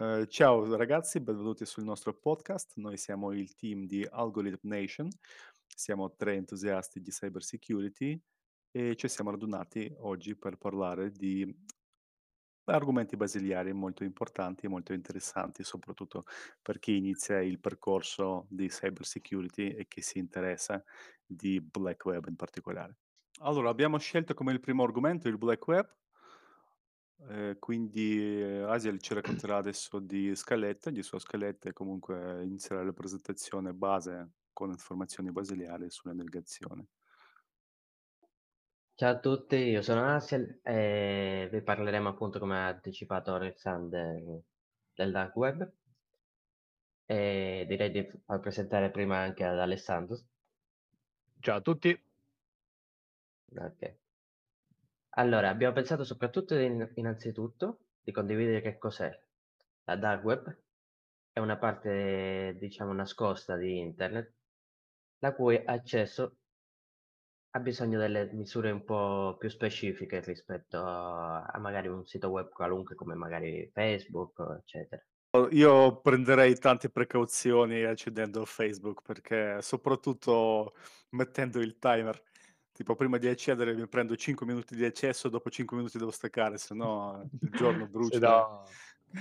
Ciao ragazzi, benvenuti sul nostro podcast. Noi siamo il team di Algorithm Nation, siamo 3 entusiasti di cyber security e ci siamo radunati oggi per parlare di argomenti basilari molto importanti e molto interessanti, soprattutto per chi inizia il percorso di cyber security e che si interessa di Black Web in particolare. Allora, abbiamo scelto come il primo argomento il Black Web. Quindi Asiel ci racconterà adesso di scalette, di sue scalette e comunque inizierà la presentazione base con informazioni basilari sulla navigazione. Ciao a tutti, io sono Asiel e vi parleremo appunto, come ha anticipato Alexander, del dark web e direi di far presentare prima anche ad Alessandro. Ciao a tutti. Ok. Allora, abbiamo pensato soprattutto innanzitutto di condividere che cos'è la dark web. È una parte, diciamo, nascosta di internet, la cui accesso ha bisogno delle misure un po' più specifiche rispetto a magari un sito web qualunque come magari Facebook, eccetera. Io prenderei tante precauzioni accedendo a Facebook perché soprattutto mettendo il timer, tipo prima di accedere mi prendo 5 minuti di accesso, dopo 5 minuti devo staccare, se no il giorno Se brucia. no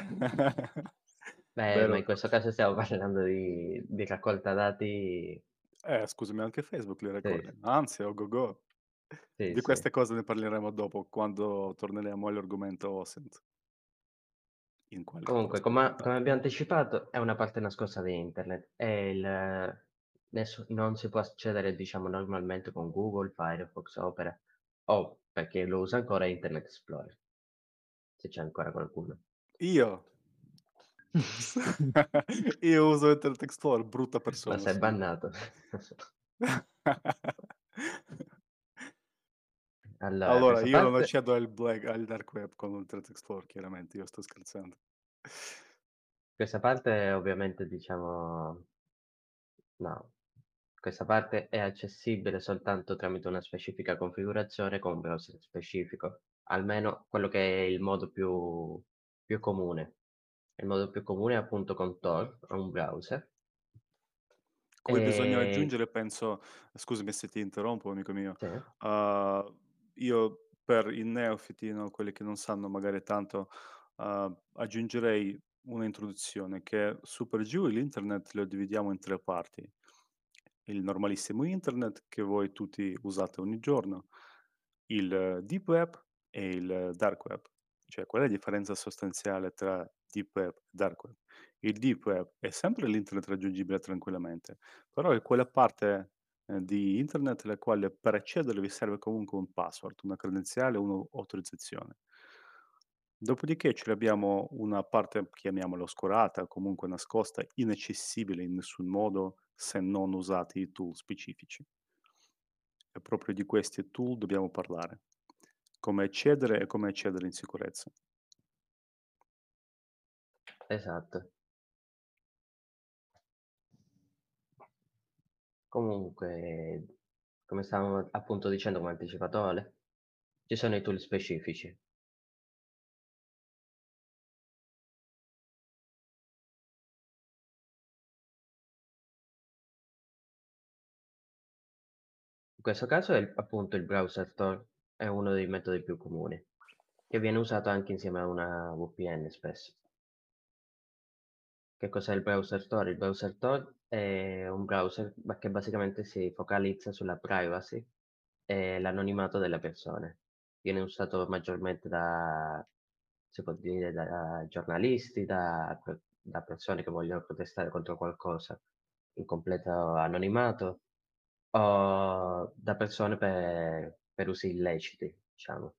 Beh, ma vero, in vero. questo caso stiamo parlando di raccolta dati. Scusami, anche Facebook li Sì, raccoglie. Anzi, oh go go. sì, Di sì. queste cose ne parleremo dopo, quando torneremo all'argomento OSINT, in qualche Comunque, prossima come puntata. abbiamo anticipato, è una parte nascosta di internet e non si può accedere, diciamo, normalmente con Google, Firefox, Opera o, per chi lo usa ancora, Internet Explorer, se c'è ancora qualcuno. Io? Io uso Internet Explorer, brutta Ma persona sei sono. bannato. Allora, Allora, questa io non parte accedo al dark web con Internet Explorer, chiaramente, io sto scherzando. Questa parte ovviamente diciamo no, questa parte è accessibile soltanto tramite una specifica configurazione con un browser specifico, almeno quello che è il modo più comune. Il modo più comune è appunto con Tor, è un browser. Come bisogna E aggiungere penso scusami se ti interrompo amico mio, sì, io per i neofiti, no, quelli che non sanno magari tanto, aggiungerei una introduzione che su per giù l'internet lo dividiamo in 3 parti. Il normalissimo internet che voi tutti usate ogni giorno, il deep web e il dark web. Cioè qual è la differenza sostanziale tra deep web e dark web? Il deep web è sempre l'internet raggiungibile tranquillamente, però è quella parte, di internet la quale per accedere vi serve comunque un password, una credenziale, un'autorizzazione. Dopodiché ce l'abbiamo una parte, chiamiamola oscurata, comunque nascosta, inaccessibile in nessun modo se non usati i tool specifici. E proprio di questi tool dobbiamo parlare. Come accedere e come accedere in sicurezza. esatto. Comunque, come stavamo appunto dicendo, come ha anticipato Ale, ci sono i tool specifici. In questo caso appunto il browser Tor è uno dei metodi più comuni, che viene usato anche insieme a una VPN spesso. Che cos'è il browser Tor? Il browser Tor è un browser che basicamente si focalizza sulla privacy e l'anonimato delle persone. Viene usato maggiormente si può dire, da giornalisti, da persone che vogliono protestare contro qualcosa in completo anonimato o da persone per usi illeciti, diciamo.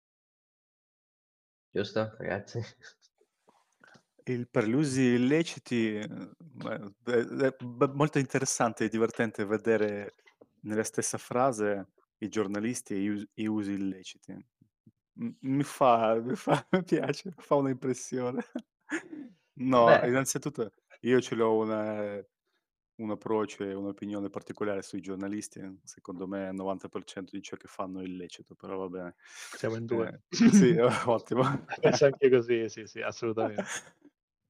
Giusto, ragazzi? Il per gli usi illeciti, è molto interessante e divertente vedere nella stessa frase i giornalisti e gli usi illeciti. Mi piace, mi fa un'impressione. No, Beh, innanzitutto io ce l'ho un approccio e un'opinione particolare sui giornalisti. Secondo me il 90% di ciò che fanno è illecito, però va bene. siamo in 2. Sì, ottimo. La penso anche così, sì, sì, assolutamente.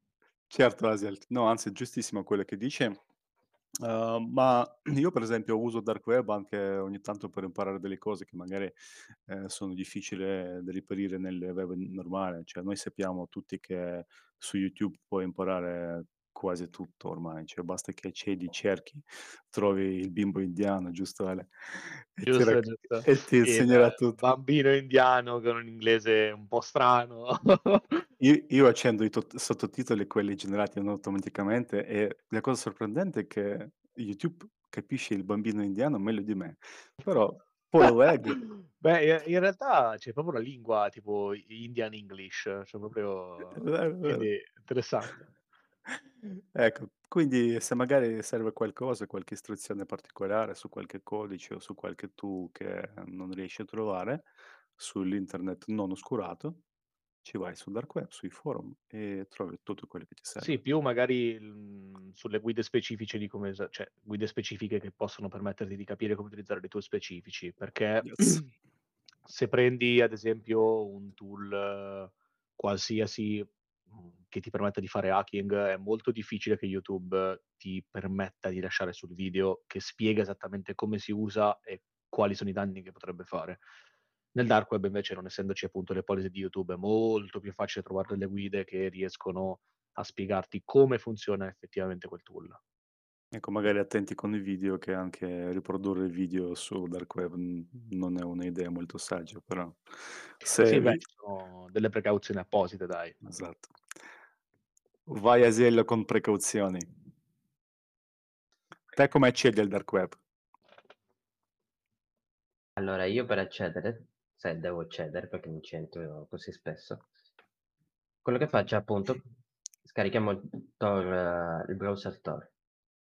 Certo, Asiel. No, anzi è giustissimo quello che dice. Ma io per esempio uso dark web anche ogni tanto per imparare delle cose che magari, sono difficili da reperire nel web normale. Cioè, noi sappiamo tutti che su YouTube puoi imparare quasi tutto ormai, cioè basta che accedi, cerchi, trovi il bimbo indiano, giusto Ale? E ti Giusto, rac giusto. e ti Il insegnerà tutto. bambino indiano con un inglese un po' strano. Io accendo i sottotitoli, quelli generati non automaticamente, e la cosa sorprendente è che YouTube capisce il bambino indiano meglio di me. Però poi lo leggo. Beh, in realtà c'è proprio la lingua tipo Indian English, cioè È proprio vero, è vero. quindi interessante. Ecco, quindi se magari serve qualcosa, qualche istruzione particolare su qualche codice o su qualche tool che non riesci a trovare sull'internet non oscurato, ci vai sul dark web, sui forum e trovi tutto quello che ti Sì, serve. più magari, sulle guide specifiche di come cioè guide specifiche che possono permetterti di capire come utilizzare dei tool specifici, perché Yes. se prendi ad esempio un tool qualsiasi, che ti permetta di fare hacking, è molto difficile che YouTube ti permetta di lasciare sul video che spiega esattamente come si usa e quali sono i danni che potrebbe fare. Nel dark web invece, non essendoci appunto le policy di YouTube, è molto più facile trovare delle guide che riescono a spiegarti come funziona effettivamente quel tool. Ecco, magari attenti con i video che anche riprodurre video su dark web, non è un'idea molto saggia, però Sì, se beh, vi ci sono delle precauzioni apposite dai. esatto. Vai a Asiello con precauzioni. Te come accedi al dark web? Allora io per accedere, se devo accedere perché non ci entro così spesso, quello che faccio è appunto scarichiamo il browser Tor,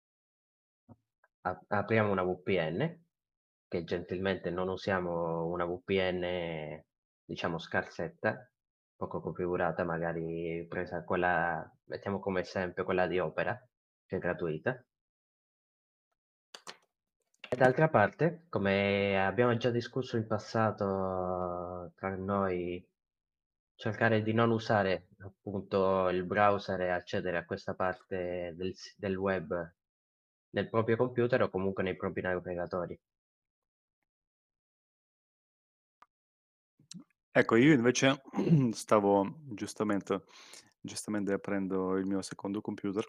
apriamo una VPN, che gentilmente non usiamo una VPN diciamo scarsetta, poco configurata, magari presa quella mettiamo come esempio quella di Opera, che è gratuita. E d'altra parte, come abbiamo già discusso in passato tra noi, cercare di non usare appunto il browser e accedere a questa parte del web nel proprio computer o comunque nei propri navigatori. Ecco, io invece stavo giustamente aprendo il mio secondo computer.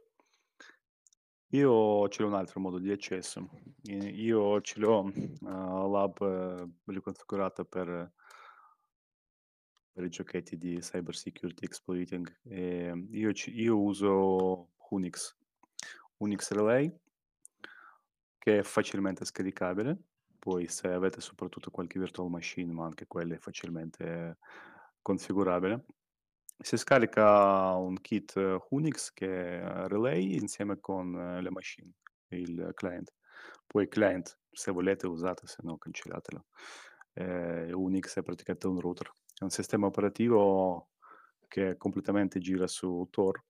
Io ce l'ho un altro modo di accesso. Io ce l'ho, l'app, l'ho configurata per i giochetti di cyber security exploiting. Io uso Unix, Unix Relay, che è facilmente scaricabile. Poi se avete soprattutto qualche virtual machine, ma anche quella è facilmente configurabile. Si scarica un kit Unix che è Relay insieme con le machine, il client. Poi il client, se volete usate, se no cancellatelo. Unix è praticamente un router. È un sistema operativo che completamente gira su Tor,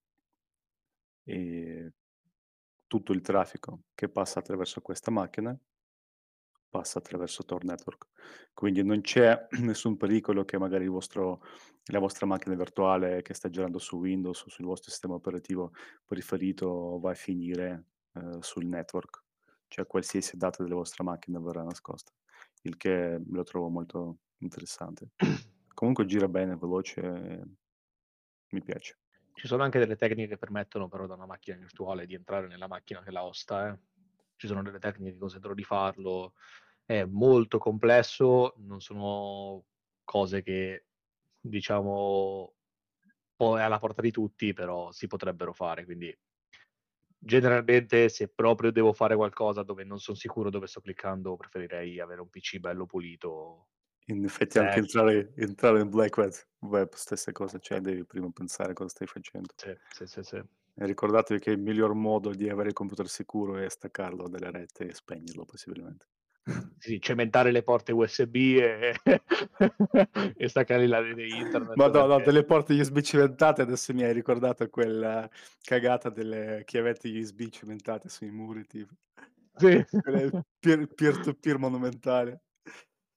e tutto il traffico che passa attraverso questa macchina passa attraverso Tor Network. Quindi non c'è nessun pericolo che magari la vostra macchina virtuale che sta girando su Windows o sul vostro sistema operativo preferito va a finire, sul network. Cioè qualsiasi data della vostra macchina verrà nascosta, il che lo trovo molto interessante. Comunque gira bene, veloce, mi piace. Ci sono anche delle tecniche che permettono però da una macchina virtuale di entrare nella macchina che la osta, eh. Ci sono delle tecniche che consentono di farlo. È molto complesso, non sono cose che diciamo poi è alla portata di tutti, però si potrebbero fare, quindi generalmente se proprio devo fare qualcosa dove non son sicuro dove sto cliccando, preferirei avere un PC bello pulito. In effetti anche Se entrare in Black Web, stessa cosa, cioè devi prima pensare cosa stai facendo. sì, sì, sì, sì. E ricordatevi che il miglior modo di avere il computer sicuro è staccarlo dalle rete e spegnerlo possibilmente. Sì, cementare le porte USB e e staccargli la rete internet Ma no, no, perché delle porte USB cimentate adesso mi hai ricordato quella cagata delle chiavette USB cimentate sui muri tipo. sì. Quella è peer to peer monumentale.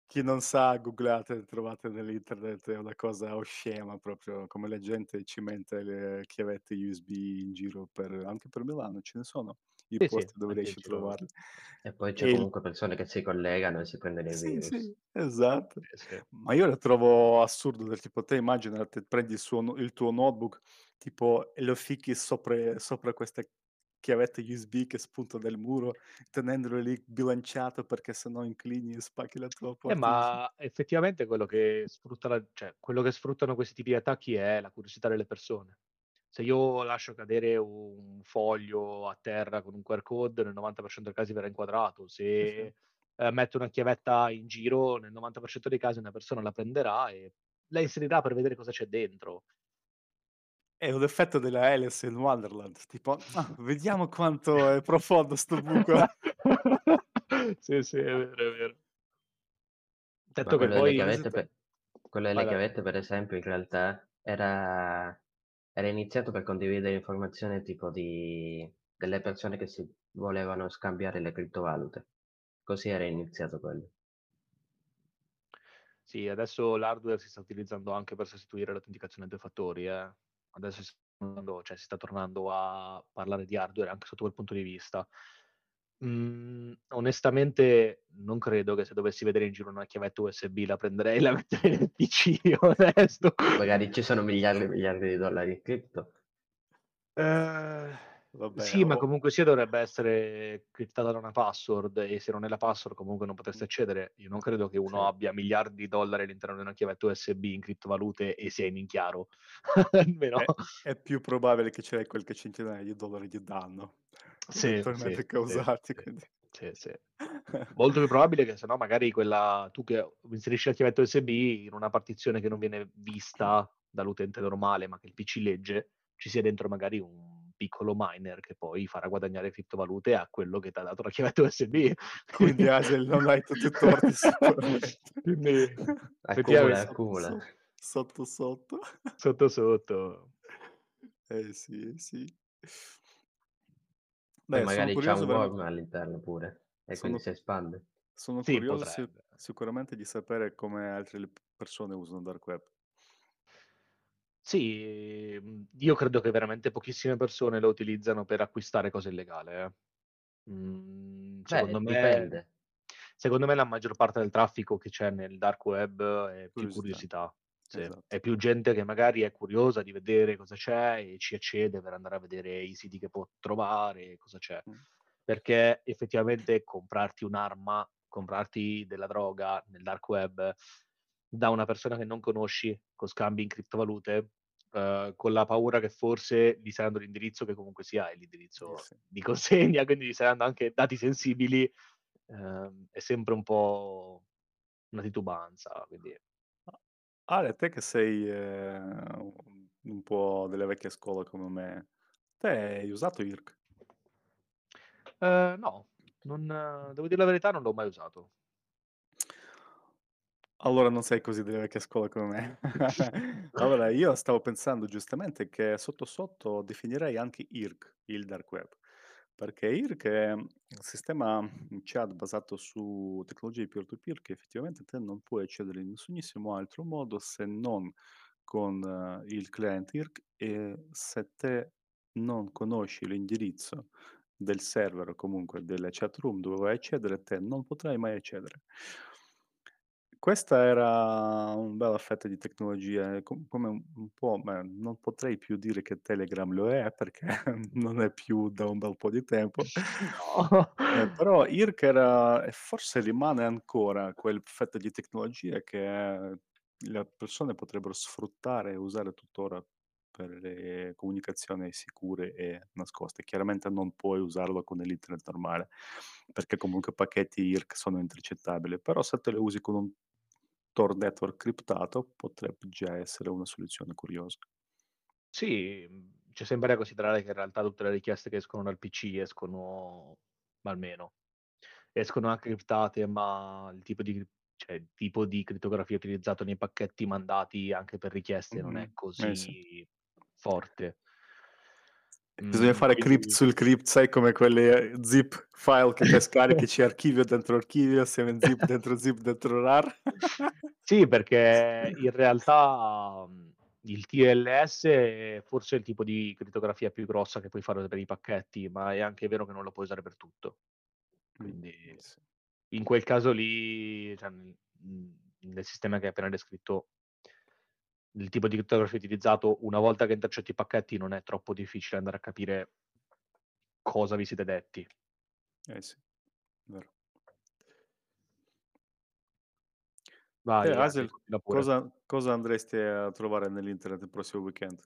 Chi non sa googlate, trovate nell'internet, è una cosa oscena proprio, come la gente cimenta le chiavette USB in giro anche per Milano, ce ne sono i Sì, sì, posti dove anche in riesci a giro. trovarli. E poi c'è E il comunque persone che si collegano e si prendono il Sì, virus. sì, esatto. Sì, sì. Ma io la trovo assurdo, del tipo te immagina, te prendi il tuo notebook, tipo, e lo ficchi sopra queste chiavette USB che spunta dal muro, tenendolo lì bilanciato perché se no inclini e spacchi la tua porta. Ma effettivamente quello che sfruttano questi tipi di attacchi è la curiosità delle persone. Se io lascio cadere un foglio a terra con un QR code, nel 90% dei casi verrà inquadrato. Sì, sì. Se, metto una chiavetta in giro, nel 90% dei casi una persona la prenderà e la inserirà per vedere cosa c'è dentro. È un effetto della Alice in Wonderland, tipo: "Ah, vediamo quanto è profondo 'sto buco." Sì, sì, è vero, è vero. Ma Detto che quello delle poi Curiosità. quello delle vai, vai. chiavette per esempio in realtà era iniziato per condividere informazioni tipo delle persone che si volevano scambiare le criptovalute. Così era iniziato quello. Sì, adesso l'hardware si sta utilizzando anche per sostituire l'autenticazione a 2 fattori, eh. Adesso si sta tornando a parlare di hardware anche sotto quel punto di vista. Onestamente non credo che se dovessi vedere in giro una chiavetta USB la prenderei e la metterei nel PC, onesto. Magari ci sono miliardi e miliardi di dollari in cripto. Ehm, Vabbè, sì, ma comunque sia dovrebbe essere criptata da una password e se non è la password comunque non potresti accedere. Io non credo che uno Sì. abbia miliardi di dollari all'interno di una chiavetta USB in criptovalute e sia in chiaro. Almeno è più probabile che c'hai qualche centinaia di dollari di danno sì, sì, eventualmente sì, causati, sì, quindi sì, sì. Molto più probabile che se no magari quella tu che inserisci la chiavetta USB in una partizione che non viene vista dall'utente normale, ma che il PC legge, ci sia dentro magari un piccolo miner che poi farà guadagnare criptovalute a quello che t'ha dato la chiavetta USB. quindi Asel non hai tutti i torti sicuramente. Quindi Accumula, effettivamente Sotto, accumula. sotto. sotto, sotto. Eh sì, eh sì. Poi Beh, sono magari c'ha curioso un worm veramente. all'interno pure e quindi sono si espande. sono Sì, curioso potrebbe. sicuramente di sapere come altre persone usano dark web. Sì, io credo che veramente pochissime persone lo utilizzano per acquistare cose illegali, eh. Beh, Secondo me dipende. la maggior parte del traffico che c'è nel dark web è più Curiosità, curiosità, sì. esatto. È più gente che magari è curiosa di vedere cosa c'è e ci accede per andare a vedere i siti che può trovare, cosa c'è. Mh. Perché effettivamente comprarti un'arma, comprarti della droga nel dark web da una persona che non conosci, con scambi in criptovalute, con la paura che forse gli stai dando l'indirizzo che comunque sia è Eh l'indirizzo sì. di consegna, quindi gli stai dando anche dati sensibili, è sempre un po' una titubanza, quindi A Ale, te che sei, un po' della vecchia scuola come me, te hai usato IRC? no, non devo dir la verità non l'ho mai usato. Allora non sei così della vecchia scuola come me. Allora io stavo pensando giustamente che sotto sotto definirei anche IRC, il dark web, perché IRC è un sistema chat basato su tecnologie peer to peer che effettivamente te non puoi accedere in nessunissimo altro modo se non con il client IRC e se te non conosci l'indirizzo del server o comunque delle chat room dove vai a accedere, te non potrai mai accedere. Questa era un bella fetta di tecnologia, come un po', beh, non potrei più dire che Telegram lo è perché non è più da un bel po' di tempo. No. Però IRC era e forse rimane ancora quel fetta di tecnologia che le persone potrebbero sfruttare e usare tuttora per le comunicazioni sicure e nascoste. Chiaramente non puoi usarlo con l'internet normale, perché comunque pacchetti IRC sono intercettabili, però se te le usi con un Tor network criptato potrebbe già essere una soluzione curiosa. Sì, c'è sempre da considerare che in realtà tutte le richieste che escono dal PC escono malmeno. Escono anche criptate, ma il tipo di crittografia utilizzato nei pacchetti mandati anche per richieste non è Mh-mh. Eh sì. così forte. Bisogna fare crypt Quindi sul crypt, sai come quelle zip file che te scarichi, c'è archivio dentro archivio, 7 zip dentro rar. sì, perché in realtà, il TLS è forse il tipo di crittografia più grossa che puoi fare per i pacchetti, ma è anche vero che non lo puoi usare per tutto. Quindi Sì. in quel caso lì, cioè, nel sistema che hai appena descritto, il tipo di crittografia utilizzato, una volta che intercetti i pacchetti non è troppo difficile andare a capire cosa vi siete detti. Eh sì, vero. Te Vai Asi, Asel, continua pure. cosa andresti a trovare nell'internet il prossimo weekend?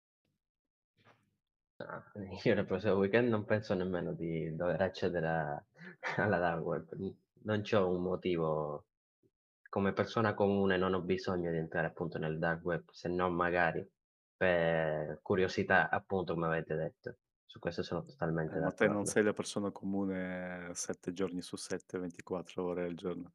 Ah, io nel prossimo weekend non penso nemmeno di dover accedere alla dark web. Non c'ho un motivo. Come persona comune non ho bisogno di entrare appunto nel dark web, se non magari per curiosità, appunto, come avete detto. Su questo sono totalmente Ma te non d'accordo. sei la persona comune 7 giorni su 7, 24 ore al giorno.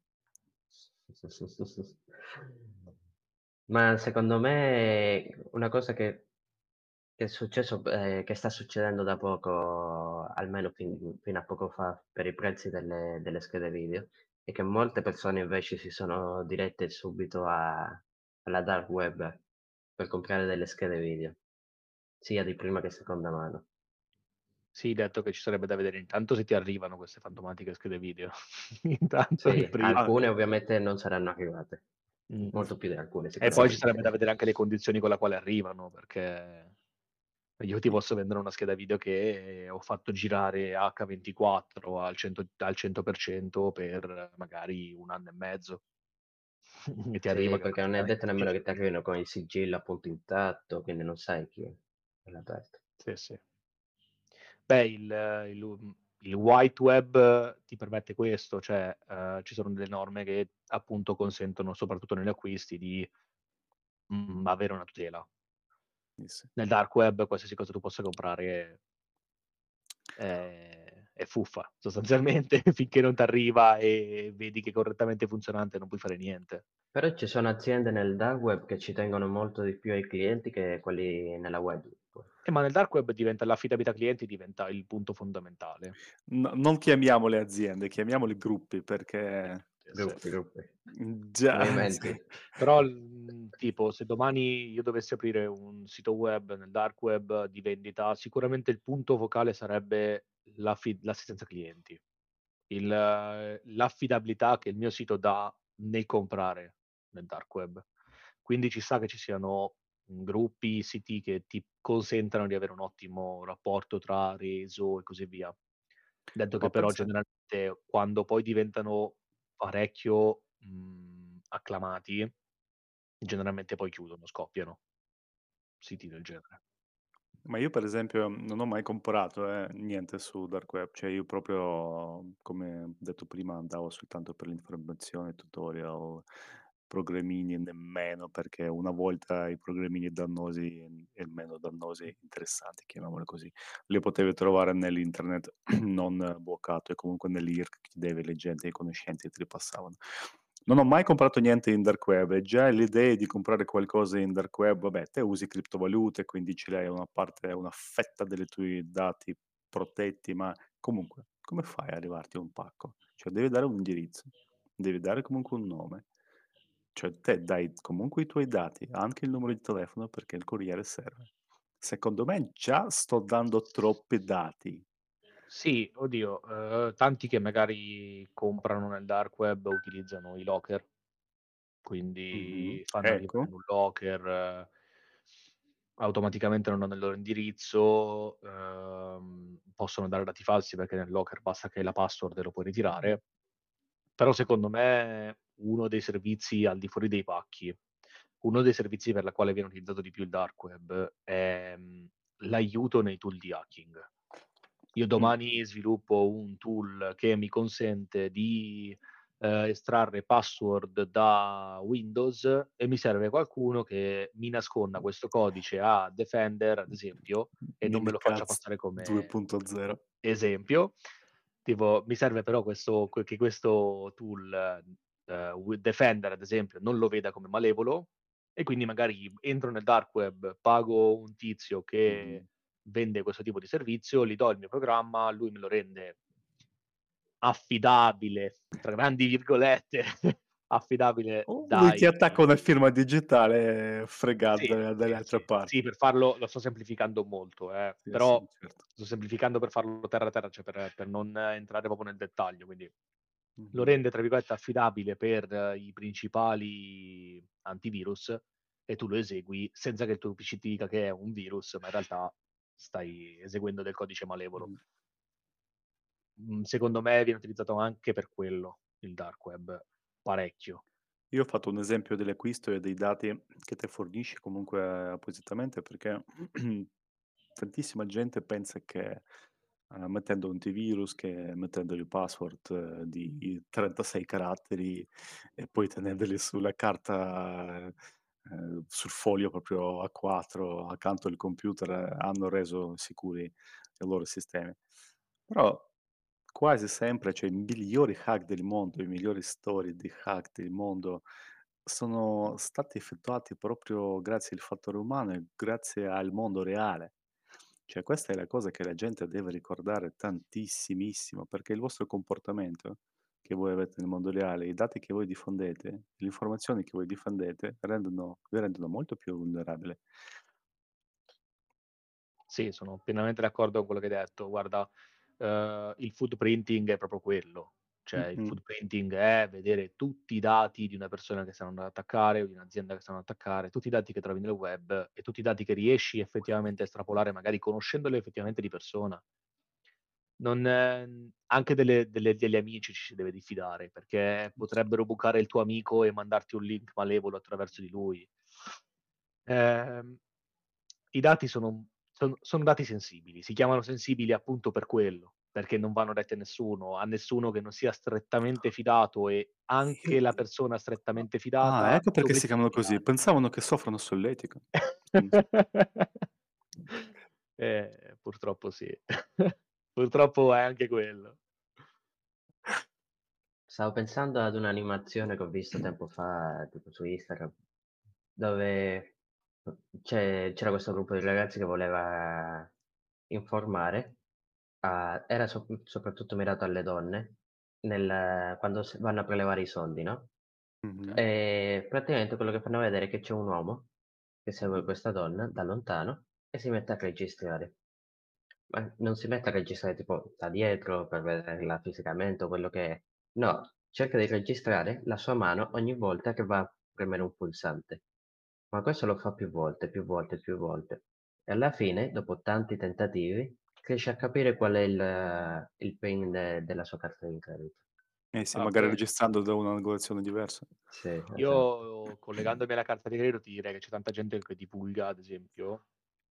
Ma secondo me una cosa che è successo, che sta succedendo da poco, almeno fino a poco fa, per i prezzi delle schede video, è che molte persone invece si sono dirette subito alla dark web per comprare delle schede video, sia di prima che seconda mano. Sì, detto che ci sarebbe da vedere intanto se ti arrivano queste fantomatiche schede video. Intanto il Sì, primo. Ah, alcune ovviamente non saranno arrivate, Mh. molto più di alcune E poi ci sicuramente. sarebbe da vedere anche le condizioni con la quale arrivano, perché io ti i posso vendere una scheda video che ho fatto girare H24 al 100% per magari 1 anno e mezzo e ti arriva Sì, che perché non è detto praticamente nemmeno che ti arrivino con il sigillo appunto intatto, quindi non sai chi è l'aperto. sì, sì. Beh, il white web ti permette questo, cioè, ci sono delle norme che appunto consentono, soprattutto negli acquisti, di, avere una tutela. sì. Nel dark web qualsiasi cosa tu possa comprare è fuffa sostanzialmente finché non t'arriva e vedi che è correttamente funzionante non puoi fare niente. Però ci sono aziende nel dark web che ci tengono molto di più ai clienti che quelli nella web. Ma nel dark web diventa l'affidabilità clienti diventa il punto fondamentale. Non chiamiamole aziende, chiamiamoli gruppi Sì, perché sì, sì. Gruppi, già sì. movimenti. Però, tipo se domani io dovessi aprire un sito web nel dark web di vendita, sicuramente il punto focale sarebbe l'assistenza clienti, l'affidabilità che il mio sito dà nel comprare nel dark web. Quindi ci sta che ci siano, gruppi, siti che ti consentano di avere un ottimo rapporto tra reso e così via. Detto Ma che però pensa generalmente quando poi diventano parecchio, acclamati, generalmente poi chiudono, scoppiano, siti del genere. ma io per esempio non ho mai comprato, niente su dark web, cioè io proprio, come detto prima, andavo soltanto per l'informazione, tutorial, programmini nemmeno, perché una volta i programmini dannosi e meno dannosi, interessanti, chiamiamoli così, li potevi trovare nell'internet non bloccato e comunque nell'IRC che chidevi le gente, i conoscenti te li passavano. Non ho mai comprato niente in dark web e già l'idea di comprare qualcosa in dark web, vabbè, te usi criptovalute, quindi ce l'hai una parte, una fetta dei tuoi dati protetti, ma comunque, come fai ad arrivarti a un pacco? Cioè, devi dare un indirizzo, devi dare comunque un nome, cioè te dai comunque i tuoi dati, anche il numero di telefono perché il corriere serve. Secondo me già sto dando troppi dati. Sì, oddio, tanti che magari comprano nel dark web utilizzano i locker, Mh-mh. quindi fanno arrivare in Ecco, un locker, automaticamente non hanno il loro indirizzo, possono dare dati falsi perché nel locker basta che hai la password e lo puoi ritirare. Però secondo me uno dei servizi al di fuori dei pacchi, uno dei servizi per la quale viene utilizzato di più il dark web è, l'aiuto nei tool di hacking. Io mh, domani sviluppo un tool che mi consente di, estrarre password da Windows e mi serve qualcuno che mi nasconda questo codice a Defender, ad esempio, e non me lo faccia Mimikatz passare come 2.0. esempio. Tipo, mi serve però che questo tool, Defender ad esempio, non lo veda come malevolo e quindi magari entro nel dark web, pago un tizio che Mh-mh. vende questo tipo di servizio, gli do il mio programma, lui me lo rende affidabile, tra grandi virgolette, affidabile O lui ti dai. attacca una firma digitale Sì, fregata dalle sì, altre sì, sì, parti. per farlo lo sto semplificando molto, Sì, però sì, certo. sto semplificando per farlo terra terra, cioè per non entrare proprio nel dettaglio, quindi lo Mh-mh. rende, tra virgolette, "affidabile" per i principali antivirus e tu lo esegui senza che il tuo PC ti dica che è un virus, ma in realtà stai eseguendo del codice malevolo. Mh. Secondo me viene utilizzato anche per quello il dark web, parecchio. Io ho fatto un esempio dell'acquisto e dei dati che te fornisci comunque appositamente perché tantissima gente pensa che, mettendo un antivirus, che mettendo il password di 36 caratteri e poi tenendoli sulla carta, sul foglio proprio A4 accanto al computer, hanno reso sicuri i loro sistemi. Però quasi sempre, cioè i migliori hack del mondo, i migliori storie di hack del mondo sono stati effettuati proprio grazie al fattore umano e grazie al mondo reale. Cioè questa è la cosa che la gente deve ricordare tantissimissimo, perché il vostro comportamento che voi avete nel mondo reale, i dati che voi diffondete, le informazioni che voi diffondete vi rendono molto più vulnerabile. Sì, sono pienamente d'accordo con quello che hai detto. Guarda, il footprinting è proprio quello. Cioè, il Mh-mh. footprinting è vedere tutti i dati di una persona che stanno andando ad attaccare o di un'azienda che stanno ad attaccare, tutti i dati che trovi nel web e tutti i dati che riesci effettivamente a estrapolare, magari conoscendoli effettivamente di persona. Non anche degli amici ci si deve diffidare, perché potrebbero bucare il tuo amico e mandarti un link malevolo attraverso di lui. Ehm, I dati sono dati sensibili, si chiamano sensibili appunto per quello, perché non vanno detti a nessuno che non sia strettamente fidato e Io anche la persona strettamente fidata ecco perché si dovesse chiamano così. diffidarsi. Pensavano che soffrono solletico. Non so. Purtroppo sì. Purtroppo è anche quello. Stavo pensando ad un'animazione che ho visto tempo fa, tipo su Instagram, dove c'era questo gruppo di ragazzi che voleva informare, era soprattutto mirato alle donne, quando vanno a prelevare i soldi, no? Mh-mh. E praticamente quello che fanno vedere è che c'è un uomo che segue questa donna da lontano e si mette a registrare. Ma non si mette a registrare tipo da dietro per vederla fisicamente o quello che è. No, cerca di registrare la sua mano ogni volta che va a premere un pulsante. Ma questo lo fa più volte, più volte, più volte. E alla fine, dopo tanti tentativi, riesce a capire qual è il PIN della sua carta di credito. Eh sì, Ah, magari okay. registrando da un'angolazione diversa. Sì, esatto. Io collegandomi alla carta di credito ti direi che c'è tanta gente che divulga, ad esempio,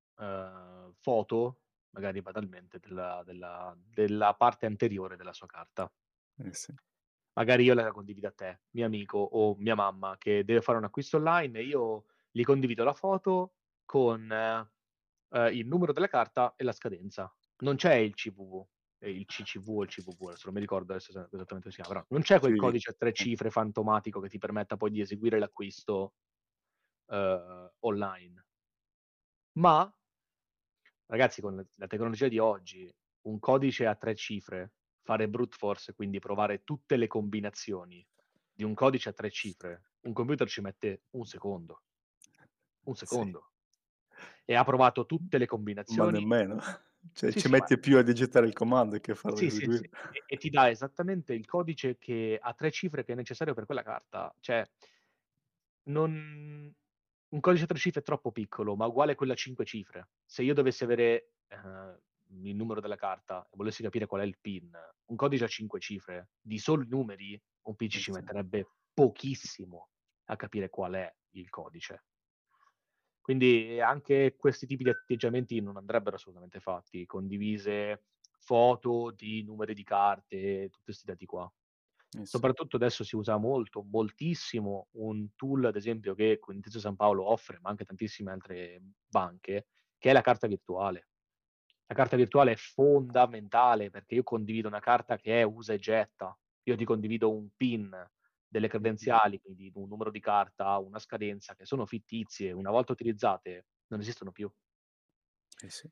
foto, magari banalmente, della parte anteriore della sua carta. Eh sì. Magari io la condivido a te, mio amico o mia mamma che deve fare un acquisto online e io gli condivido la foto con, il numero della carta e la scadenza. Non c'è il CVV, il CCV o il CVV, adesso non mi ricordo adesso esattamente come si chiama, però non c'è quel Sì, codice a 3 sì. cifre fantomatico che ti permetta poi di eseguire l'acquisto, online. Ma, ragazzi, con la tecnologia di oggi, un codice a 3 cifre, fare brute force, quindi provare tutte le combinazioni di un codice a 3 cifre, un computer ci mette 1 secondo, 1 Sì. secondo. E ha provato tutte le Ma combinazioni. nemmeno. Cioè Sì, ci sì, ma metti più a digitare il comando che a farlo sì, sì, sì, eseguire. e ti dà esattamente il codice che a 3 cifre che è necessario per quella carta. Cioè, non un codice a 3 cifre è troppo piccolo, ma uguale quello a 5 cifre. Se io dovessi avere, il numero della carta e volessi capire qual è il PIN, un codice a 5 cifre di soli numeri, un PC ci Sì. metterebbe pochissimo a capire qual è il codice. Quindi anche questi tipi di atteggiamenti non andrebbero assolutamente fatti, condivise foto di numeri di carte, tutti 'sti dati qua. Sì. Soprattutto adesso si usa molto, moltissimo un tool, ad esempio, che Intesa Sanpaolo offre, ma anche tantissime altre banche, che è la carta virtuale. La carta virtuale è fondamentale perché io condivido una carta che è usa e getta. Io ti condivido un PIN, delle Mh-mh. credenziali, quindi un numero di carta, una scadenza che sono fittizie, una volta utilizzate non esistono più. Eh sì.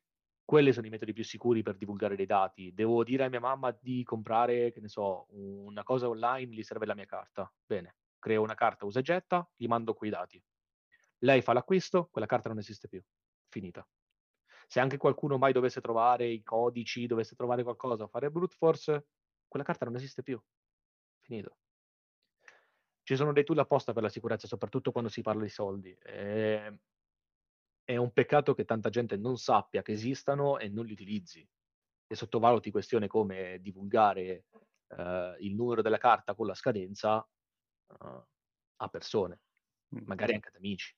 quelli sono i metodi più sicuri per divulgare dei dati. Devo dire a mia mamma di comprare, che ne so, una cosa online, gli serve la mia carta. Bene, creo una carta usa e getta, gli mando quei dati. Lei fa l'acquisto, quella carta non esiste più. Finita. Se anche qualcuno mai dovesse trovare i codici, dovesse trovare qualcosa, fare brute force, quella carta non esiste più. Finito. Ci sono dei tool apposta per la sicurezza, soprattutto quando si parla di soldi. È un peccato che tanta gente non sappia che esistano e non li utilizzi e sottovaluti questione come divulgare, il numero della carta con la scadenza, a persone, Mh. magari anche ad amici.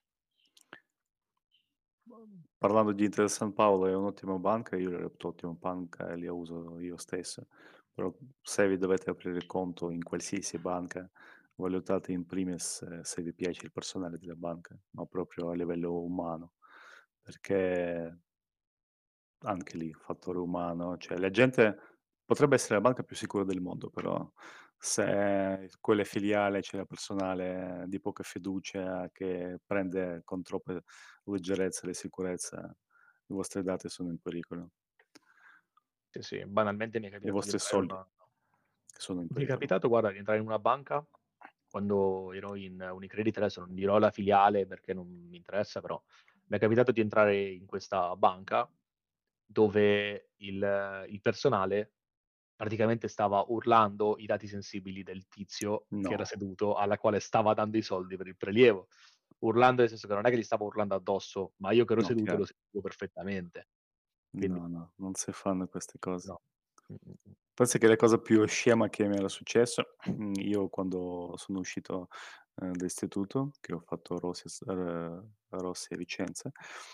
Parlando di Intesa San Paolo è un'ottima banca, io la reputo ottima banca e la uso io stesso, però se vi dovete aprire il conto in qualsiasi banca, valutate in primis se vi piace il personale della banca, ma proprio a livello umano, perché anche lì, fattore umano, cioè la gente potrebbe essere la banca più sicura del mondo, però se quelle filiale c'è la personale di poca fiducia che prende con troppe leggerezza le sicurezze, i vostri dati sono in pericolo, Sì, sì, banalmente i vostri soldi sono in mi è pericolo. capitato guarda di entrare in una banca quando ero in Unicredit, adesso non dirò la filiale perché non mi interessa, però mi è capitato di entrare in questa banca dove il personale praticamente stava urlando i dati sensibili del tizio che era No, seduto, alla quale stava dando i soldi per il prelievo. Urlando nel senso che non è che gli stavo urlando addosso, ma io che ero no, seduto lo chiaro. sentivo perfettamente. Quindi No, no, non si fanno queste cose. no. Mh. Penso che la cosa più scema che mi era successo, io quando sono uscito, dall'istituto, che ho fatto Rossi e Vicenza,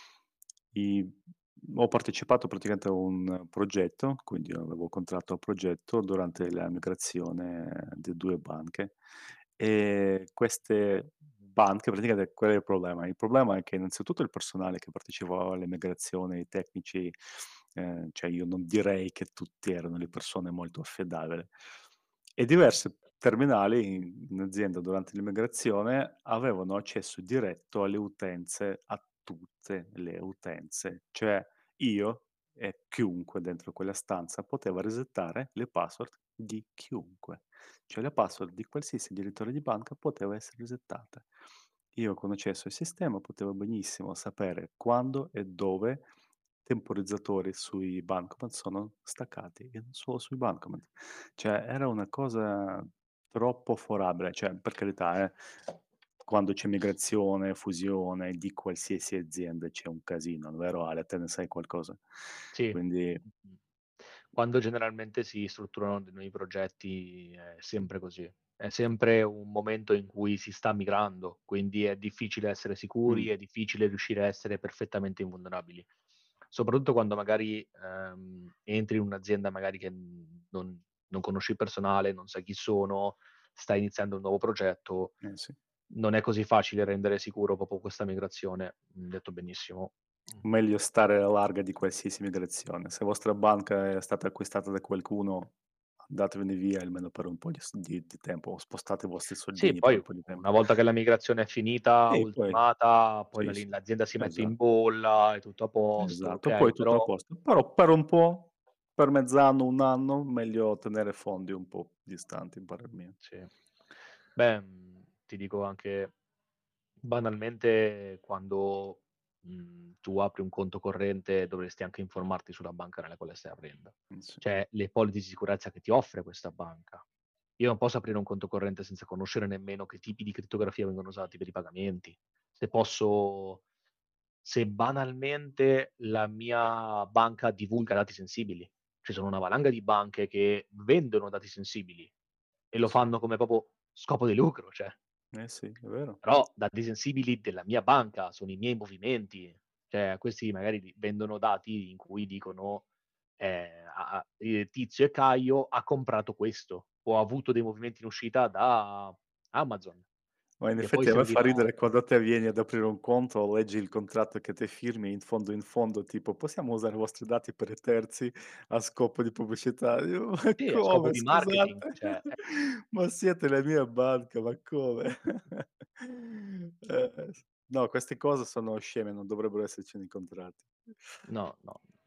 i ho partecipato praticamente a un progetto, quindi avevo contratto a progetto durante la migrazione di 2 banche, e queste banche praticamente qual è il problema? Il problema è che innanzitutto il personale che partecipava alle migrazioni, i tecnici, cioè io non direi che tutti erano le persone molto affidabili. E diverse terminali in azienda durante l'immigrazione avevano accesso diretto alle utenze, a tutte le utenze. Cioè io e chiunque dentro quella stanza poteva resettare le password di chiunque. Cioè la password di qualsiasi direttore di banca poteva essere resettata. Io con accesso al sistema potevo benissimo sapere quando e dove temporizzatori sui bancomat sono staccati e non solo sui bancomat. Cioè era una cosa troppo forabile, cioè per carità quando c'è migrazione, fusione di qualsiasi azienda c'è un casino, vero Ale? Te ne sai qualcosa? Sì. Quindi Mh-mh. Quando generalmente si strutturano dei nuovi progetti è sempre così. È sempre un momento in cui si sta migrando, quindi è difficile essere mh, sicuri, è difficile riuscire a essere perfettamente invulnerabili. Soprattutto quando magari, entri in un'azienda magari che non conosci il personale, non sai chi sono, stai iniziando un nuovo progetto, eh sì. non è così facile rendere sicuro proprio questa migrazione. Detto benissimo. Mh. Meglio stare alla larga di qualsiasi migrazione. Se vostra banca è stata acquistata da qualcuno, andatevene via almeno per un po' di tempo, o spostate i vostri Sì, soldini per poi un po' di tempo. una volta che la migrazione è finita, Sì, poi ultimata, poi sì, la sì, lì l'azienda si mette in esatto, bolla, è tutto a posto, esatto, okay, poi tutto a però posto. Però per un po', per mezz'anno, 1 anno, meglio tenere fondi un po' distanti, in parer mio. sì. Beh, ti dico anche banalmente quando, tu apri un conto corrente dovresti anche informarti sulla banca nella quale stai aprendo. Sì. Cioè, le polizze di sicurezza che ti offre questa banca. Io non posso aprire un conto corrente senza conoscere nemmeno che tipi di crittografia vengono usati per i pagamenti. Se posso se banalmente la mia banca divulga dati sensibili. Ci sono una valanga di banche che vendono dati sensibili e lo Sì. fanno come proprio scopo di lucro, cioè. Eh sì, è vero. Però dati sensibili della mia banca, sono i miei movimenti. Cioè, questi magari di vendono dati in cui dicono, Tizio e Caio ha comprato questo, o ha avuto dei movimenti in uscita da Amazon, Ma in che poi effetti a me fa servirà ridere quando te vieni ad aprire un conto, leggi il contratto che te firmi, in fondo tipo: "Possiamo usare i vostri dati per i terzi a scopo di pubblicità?" Io: "Ma sì, a scopo come di marketing, scusate? cioè Ma siete la mia banca, ma come?" No, queste cose sono sceme, non dovrebbero esserci nei contratti. no, no.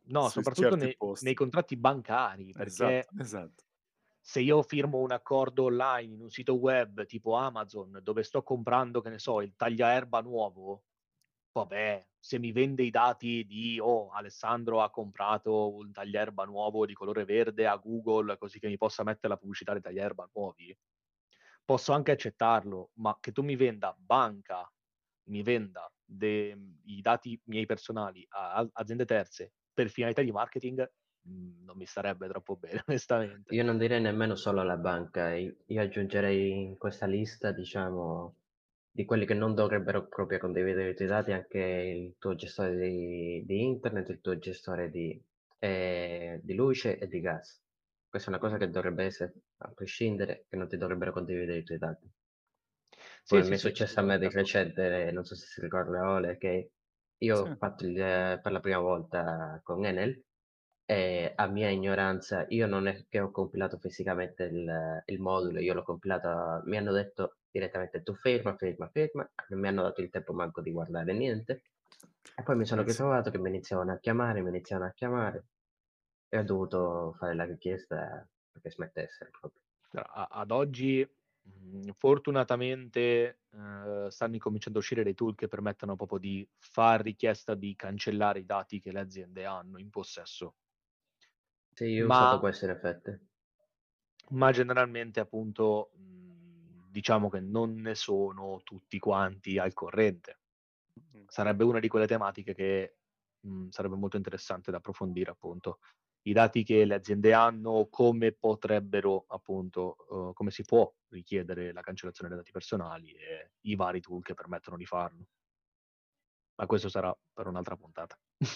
No, su soprattutto certi nei posti. contratti bancari, Esatto, perché esatto. se io firmo un accordo online in un sito web tipo Amazon, dove sto comprando, che ne so, il tagliaerba nuovo, vabbè, se mi vende i dati di: "Oh, Alessandro ha comprato un tagliaerba nuovo di colore verde a Google, così che mi possa mettere la pubblicità dei tagliaerba nuovi", posso anche accettarlo, ma che tu mi venda banca, mi venda i dati miei personali a aziende terze per finalità di marketing, non mi starebbe troppo bene onestamente. Io non direi nemmeno solo la banca, io aggiungerei in questa lista, diciamo, di quelli che non dovrebbero proprio condividere i tuoi dati anche il tuo gestore di internet, il tuo gestore di luce e di gas. Questa è una cosa Mh. che dovrebbe essere, a prescindere, che non ti dovrebbero condividere i tuoi dati. Sì, Poi mi sì, è sì, successo a me assolutamente di d'accordo. recente, non so se si ricorda Ole, che io Sì, ho fatto per la prima volta con Enel e a mia ignoranza, io non è che ho compilato fisicamente il modulo, io l'ho compilato, mi hanno detto direttamente tu firma, firma, firma, non mi hanno dato il tempo manco di guardare niente e poi mi sono sì. ritrovato che mi iniziavano a chiamare e ho dovuto fare la richiesta perché smettessero proprio. Però ad oggi, fortunatamente, stanno incominciando a uscire dei tool che permettono proprio di far richiesta di cancellare i dati che le aziende hanno in possesso. Sì, io ho usato Ma questo in effetti. generalmente appunto, diciamo che non ne sono tutti quanti al corrente. Okay. Sarebbe una di quelle tematiche che, sarebbe molto interessante da approfondire appunto. I dati che le aziende hanno, come potrebbero appunto come si può richiedere la cancellazione dei dati personali e i vari tool che permettono di farlo. Ma questo sarà per un'altra puntata.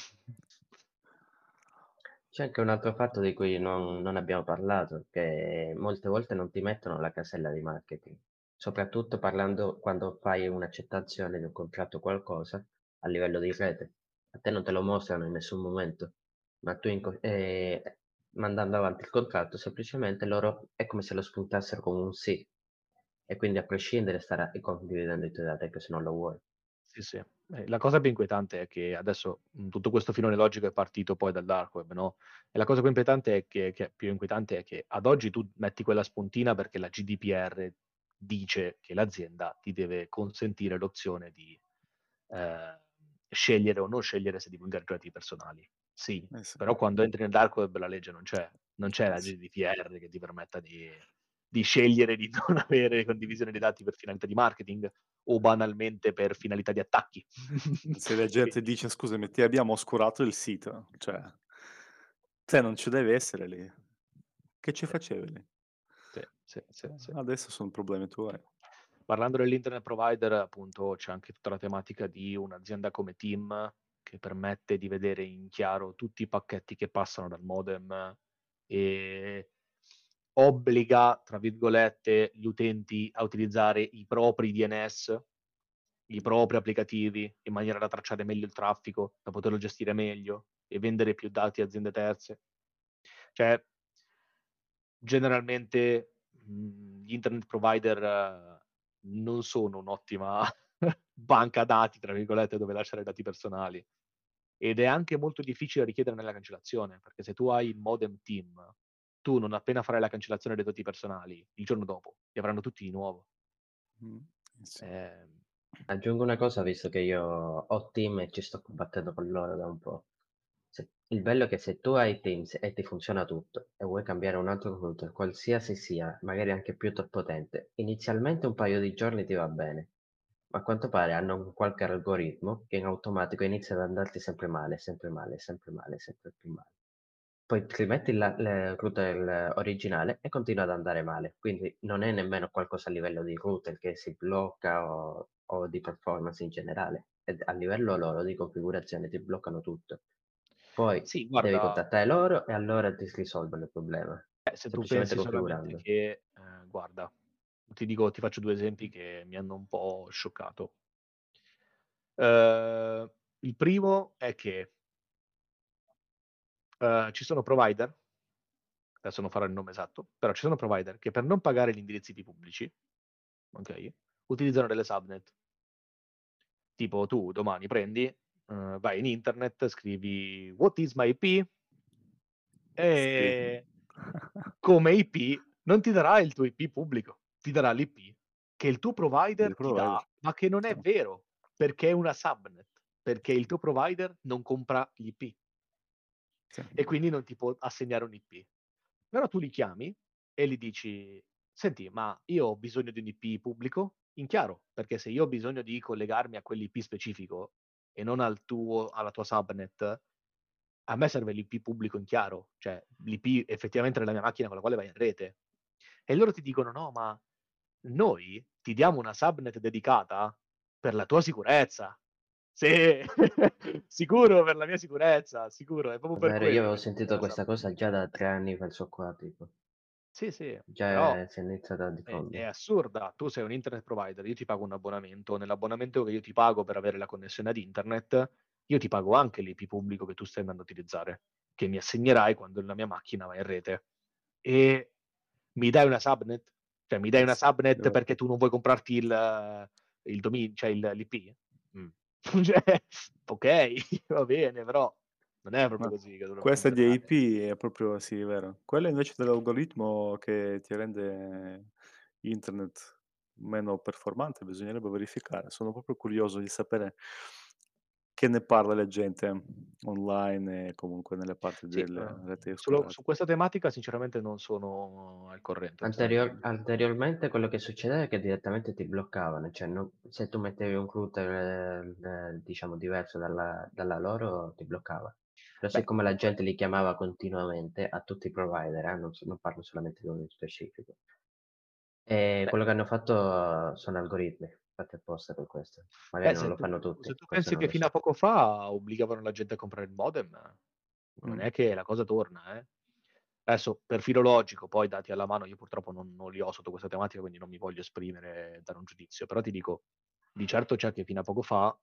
C'è anche un altro fatto di cui non abbiamo parlato, che molte volte non ti mettono la casella di marketing, soprattutto parlando quando fai un'accettazione di un contratto o qualcosa a livello di rete. A te non te lo mostrano in nessun momento, ma tu mandando avanti il contratto semplicemente loro è come se lo spuntassero come un sì e quindi a prescindere starà condividendo i tuoi dati anche se non lo vuoi. Sì, sì. La cosa più inquietante è che adesso, tutto questo filone logico è partito poi dal dark web, no, e la cosa più inquietante è che più inquietante è che ad oggi tu metti quella spuntina perché la GDPR dice che l'azienda ti deve consentire l'opzione di, ehm, scegliere o non scegliere se divulgare i tuoi dati personali. Sì, Eh sì, però quando entri nel dark web la legge non c'è. Non c'è eh la sì. GDPR che ti permetta di scegliere di non avere condivisione dei dati per finalità di marketing o banalmente per finalità di attacchi. Se la gente Quindi dice: "Scusami, ti abbiamo oscurato il sito", cioè te non ci devi essere lì. Che ci sì, facevi lì? sì, sì, sì, sì. Adesso son problemi tuoi. Parlando dell'internet provider, appunto, c'è anche tutta la tematica di un'azienda come TIM, che permette di vedere in chiaro tutti i pacchetti che passano dal modem e obbliga, tra virgolette, gli utenti a utilizzare i propri DNS, i propri applicativi, in maniera da tracciare meglio il traffico, da poterlo gestire meglio e vendere più dati a aziende terze. Cioè, generalmente, gli internet provider non sono un'ottima "banca dati", tra virgolette, dove lasciare i dati personali. Ed è anche molto difficile richiederne la cancellazione, perché se tu hai il modem TIM, tu non appena farai la cancellazione dei dati personali, il giorno dopo li avranno tutti di nuovo. Mh, sì. Ehm, Aggiungo una cosa, visto che io ho Team e ci sto combattendo con loro da un po'. Il bello è che se tu hai Teams e ti funziona tutto e vuoi cambiare un altro router, qualsiasi sia, magari anche più potente, inizialmente un paio di giorni ti va bene, ma a quanto pare hanno un qualche algoritmo che in automatico inizia ad andarti sempre male, sempre male, sempre male, sempre più male. Poi ti rimetti il router originale e continua ad andare male, quindi non è nemmeno qualcosa a livello di router che si blocca o di performance in generale, è a livello loro di configurazione ti bloccano tutto. Poi sì, devi guarda, contattare loro e allora ti risolvono il problema, se tu semplicemente pensi solamente configurando. che guarda, ti faccio 2 esempi che mi hanno un po' scioccato. Il primo è che, ci sono provider, adesso non farò il nome esatto, però ci sono provider che per non pagare gli indirizzi IP pubblici, okay, utilizzano delle subnet. Tipo tu domani prendi, vai in internet, scrivi "What is my IP?" Sì. e come IP non ti darà il tuo IP pubblico, ti darà l'IP che il tuo Del provider ti provider. dà, ma che non è Chiaro. vero, perché è una subnet, perché il tuo provider non compra gli IP Sì. e quindi non ti può assegnare un IP. Però tu li chiami e gli dici: "Senti, ma io ho bisogno di un IP pubblico?" In chiaro, perché se io ho bisogno di collegarmi a quell'IP specifico e non alla tua subnet, a me serve l'IP pubblico in chiaro, cioè l'IP effettivamente della mia macchina con la quale vai in rete. E loro ti dicono: "No, ma noi ti diamo una subnet dedicata per la tua sicurezza." Sì, sicuro per la mia sicurezza, sicuro, è proprio per Davvero, io quello avevo che ti diamo sentito la questa subnet cosa già dedicata. da 3 anni penso qua, tipo. Sì, sì, però Già si è iniziato a è diffondere. assurda. Tu sei un internet provider, io ti pago un abbonamento, nell'abbonamento che io ti pago per avere la connessione ad internet, io ti pago anche l'IP pubblico che tu stai andando a utilizzare, che mi assegnerai quando la mia macchina va in rete. E mi dai una subnet? Cioè mi dai una Sì, subnet ovvio. perché tu non vuoi comprarti il cioè l'IP? Mh. Cioè, okay, va bene, però non è proprio No, così che dovrebbe questa di funzionare. IP è proprio sì, vero. Quella invece dell'algoritmo che ti rende internet meno performante bisognerebbe verificare. Sono proprio curioso di sapere che ne parla la gente online e comunque nelle parti Sì, delle reti solo esplorate. su questa tematica sinceramente non sono al corrente onestamente. Anteriormente quello che succedeva è che direttamente ti bloccavano, cioè se tu mettevi un router, diciamo diverso dalla loro, ti bloccava. Però Beh, siccome la comunque gente li chiamava continuamente a tutti i provider, non parlo solamente di uno in specifico, beh, quello che hanno fatto sono algoritmi fatti apposta per questo. Magari beh, non lo fanno tutti, se tu questo pensi non che lo fino so. a poco fa obbligavano la gente a comprare il modem, non Mh, è che la cosa torna, eh. Adesso per filo logico, poi dati alla mano io purtroppo non li ho sotto questa tematica, quindi non mi voglio esprimere e dare un giudizio, però ti dico, di certo c'è che fino a poco fa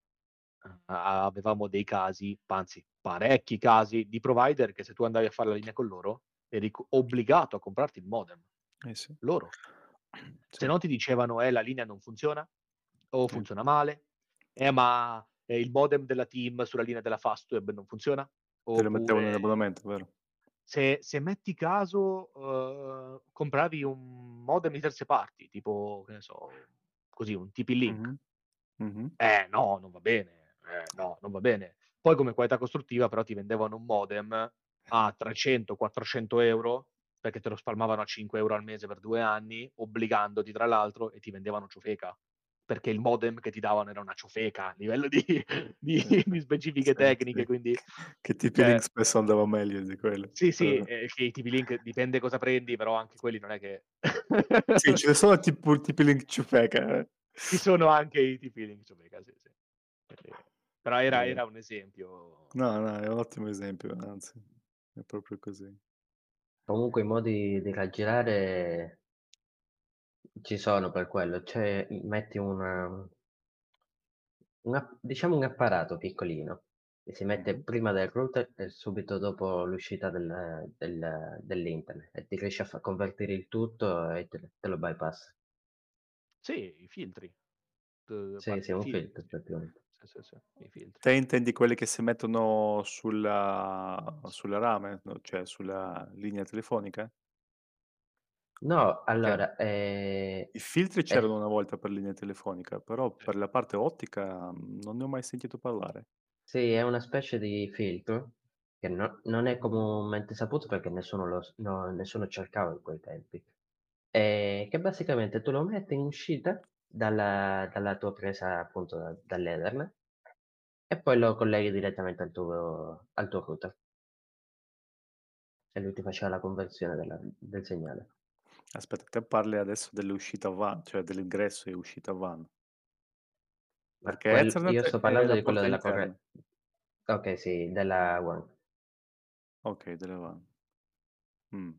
avevamo dei casi, anzi parecchi casi di provider che se tu andavi a fare la linea con loro, eri obbligato a comprarti il modem, eh sì. loro. Sì, Se no ti dicevano: la linea non funziona o sì. funziona male, ma, il modem della TIM sulla linea della Fastweb non funziona." Te lo mettevano in Oppure abbonamento, vero? se metti caso, compravi un modem di terze parti, tipo, che ne so, così, un TP-Link. Mh-mh. Mh-mh. No, non va bene. No, non va bene. Poi come qualità costruttiva però ti vendevano un modem a 300, 400 €, perché te lo spalmavano a 5 € al mese per 2 anni, obbligandoti tra l'altro e ti vendevano ciofeca, perché il modem che ti davano era una ciofeca a livello di di Sì, di specifiche sì, tecniche, sì. quindi Che TP-Link cioè spesso andava meglio di quello, sì, però sì, che i TP-Link dipende cosa prendi, però anche quelli non è che sì, ce ne sono tipo TP-Link ciufeca, eh. ci sono anche i TP-Link ciofeca, sì, sì. Quindi però Vabbè. era un esempio. No, no, è un ottimo esempio, anzi, è proprio così. Comunque i modi di raggirare ci sono per quello, cioè metti diciamo un apparato piccolino, che si mette Mh-mh. prima del router e subito dopo l'uscita dell'internet e ti riesci a convertire il tutto e te lo bypassa. Sì, i filtri. Sì, Parli sì, dei un filtri, filtro sì. praticamente. Sì, sì, sì, i filtri. Te intendi quelli che si mettono sulla rame, no, cioè sulla linea telefonica? No, Perché allora, i filtri è c'erano una volta per linea telefonica, però Sì. per la parte ottica, non ne ho mai sentito parlare. sì, è una specie di filtro che non è comunemente saputo perché nessuno cercava in quei tempi. Che basicamente tu lo metti in uscita dalla tua presa appunto dall'Ethernet e poi lo colleghi direttamente al tuo router e lui ti faceva la conversione del segnale. Aspetta, te parli adesso dell'uscita WAN, cioè dell'ingresso e uscita WAN, Ma perché io Ethernet sto è parlando la di quello porta della interna. corre okay, sì, della WAN, Okay, delle WAN. Mh.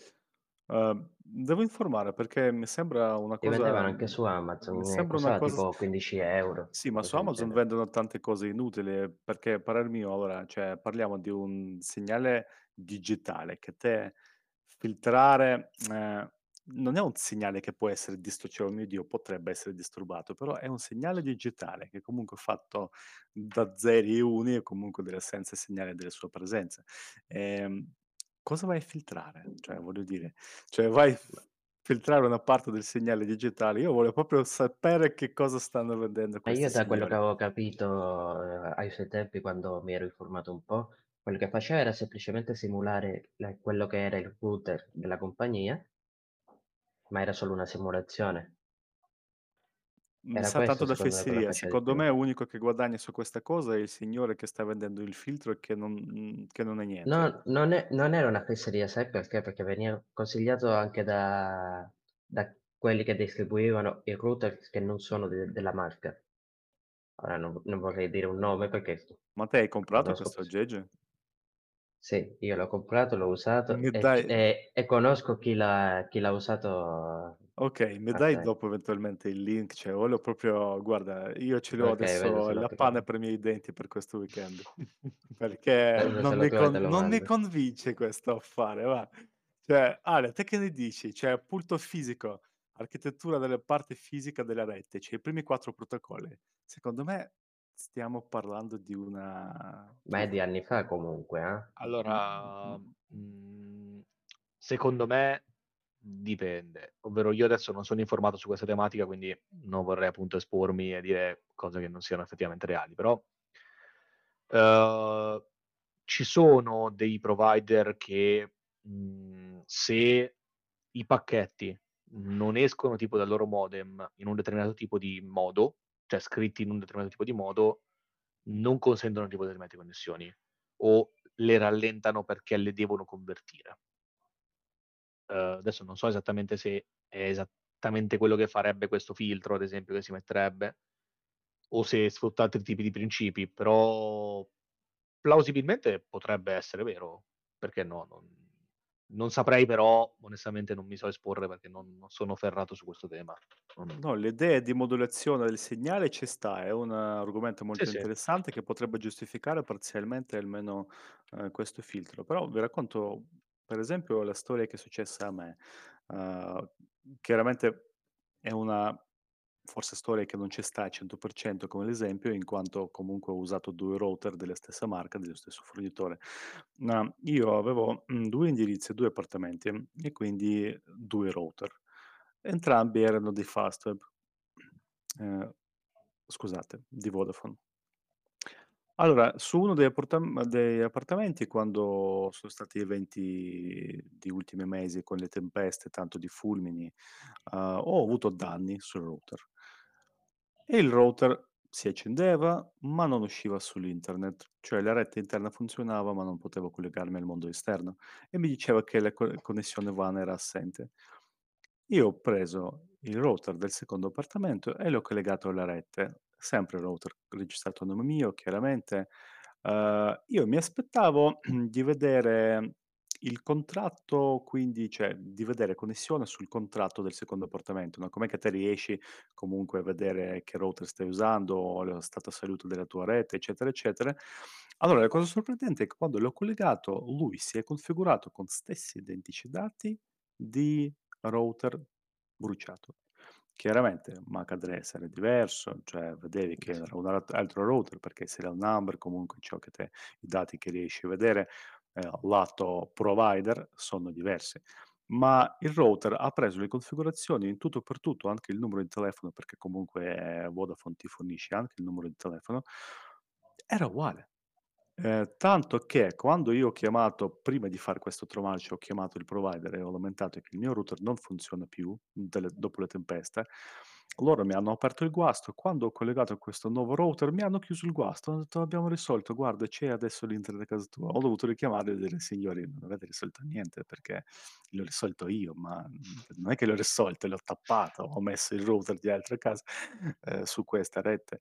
Devo informare perché mi sembra una li cosa vendevano anche su mi Amazon e sembra una costava cosa s tipo 15 €, sì, una ma su cosa del Amazon genere. vendono tante cose inutili, perché a parer mio allora, cioè parliamo di un segnale digitale che te filtrare, non è un segnale che può essere cioè, oh mio Dio, potrebbe essere disturbato, però è un segnale digitale che comunque è fatto da zeri e uni e comunque deve senza segnale delle sue presenze. Ehm, Cosa vai a filtrare? Cioè, voglio dire, cioè vai Ma filtrare una parte del segnale digitale. Io voglio proprio sapere che cosa stanno vedendo ma questi io da quello che signori. avevo capito, ai suoi tempi quando mi ero informato un po', quello che faceva era semplicemente simulare quello che era il router della compagnia, ma era solo una simulazione. Mi Era sa tanto questo da secondo me quello che fesseria. faceva di Secondo più. me l'unico che guadagna su questa cosa è il signore che sta vendendo il filtro e che non è niente. No, non era una fesseria, sai perché? Perché veniva consigliato anche da quelli che distribuivano i router che non sono della marca. Ora non vorrei dire un nome perché Ma te hai comprato conosco questo aggeggio? sì, io l'ho comprato, l'ho usato Mi e dai conosco chi l'ha usato Okay, mi a dai te. dopo eventualmente il link? Cioè voglio proprio guarda, io ce l'ho Okay, vedo adesso se lo la panna trovo. per i miei denti per questo weekend, perché Vedo se lo trovo e te lo non mi mando. convince questo affare, va. Cioè, Ale, te che ne dici? Cioè, punto fisico, architettura della parte fisica della rete, cioè i primi 4 protocolli. Secondo me stiamo parlando di una Ma è di truffa. anni fa comunque, Allora, Mh. secondo me dipende, ovvero io adesso non sono informato su questa tematica, quindi non vorrei appunto espormi e dire cose che non siano effettivamente reali, però Uhm, ci sono dei provider che, se i pacchetti non escono tipo dal loro modem in un determinato tipo di modo, cioè scritti in un determinato tipo di modo, non consentono tipo determinate connessioni o le rallentano perché le devono convertire. Adesso non so esattamente se è esattamente quello che farebbe questo filtro, ad esempio, che si metterebbe, o se sfrutta altri tipi di principi, però plausibilmente potrebbe essere vero, perché no, non saprei però onestamente non mi so esporre perché non sono ferrato su questo tema. Non No, l'idea di modulazione del segnale ci sta, è un argomento sì, molto sì. interessante che potrebbe giustificare parzialmente almeno, questo filtro. Però vi racconto, per esempio, la storia che è successa a me. Uhm, Chiaramente è una forse storia che non ci sta al 100% come l'esempio, in quanto comunque ho usato 2 router della stessa marca, dello stesso fornitore. Ma io avevo, 2 indirizzi, 2 appartamenti e quindi 2 router. Entrambi erano di Fastweb, ehm, scusate, di Vodafone. Allora, su uno dei appartamenti, quando sono stati eventi di ultimi mesi con le tempeste, tanto di fulmini, ho avuto danni sul router. E il router si accendeva, ma non usciva sull'internet, cioè la rete interna funzionava, ma non potevo collegarmi al mondo esterno e mi diceva che la connessione WAN era assente. Io ho preso il router del secondo appartamento e l'ho collegato alla rete, sempre il router registrato a nome mio chiaramente. Io mi aspettavo di vedere il contratto, quindi cioè di vedere connessione sul contratto del secondo appartamento, no, com'è che te riesci comunque a vedere che router stai usando, lo stato salute della tua rete, eccetera, eccetera. Allora la cosa sorprendente è che quando l'ho collegato lui si è configurato con stessi identici dati di router bruciato. Chiaramente MAC address era diverso, cioè vedevi che Sì. era un altro router perché serial number, comunque ciò che te i dati che riesci a vedere, lato provider sono diversi. Ma il router ha preso le configurazioni in tutto e per tutto, anche il numero di telefono, perché comunque Vodafone ti fornisce anche il numero di telefono, era uguale. Tanto che quando io ho chiamato prima di fare questo trovaggio, ho chiamato il provider e ho lamentato che il mio router non funziona più dopo le tempeste, loro mi hanno aperto il guasto. Quando ho collegato questo nuovo router mi hanno chiuso il guasto, hanno detto: "Abbiamo risolto, guarda c'è adesso l'internet a casa tua". Ho dovuto richiamarli e dire: "Signori, non avete risolto niente perché l'ho risolto io, ma, non è che l'ho risolto, l'ho tappato, ho messo il router di altra casa, su questa rete".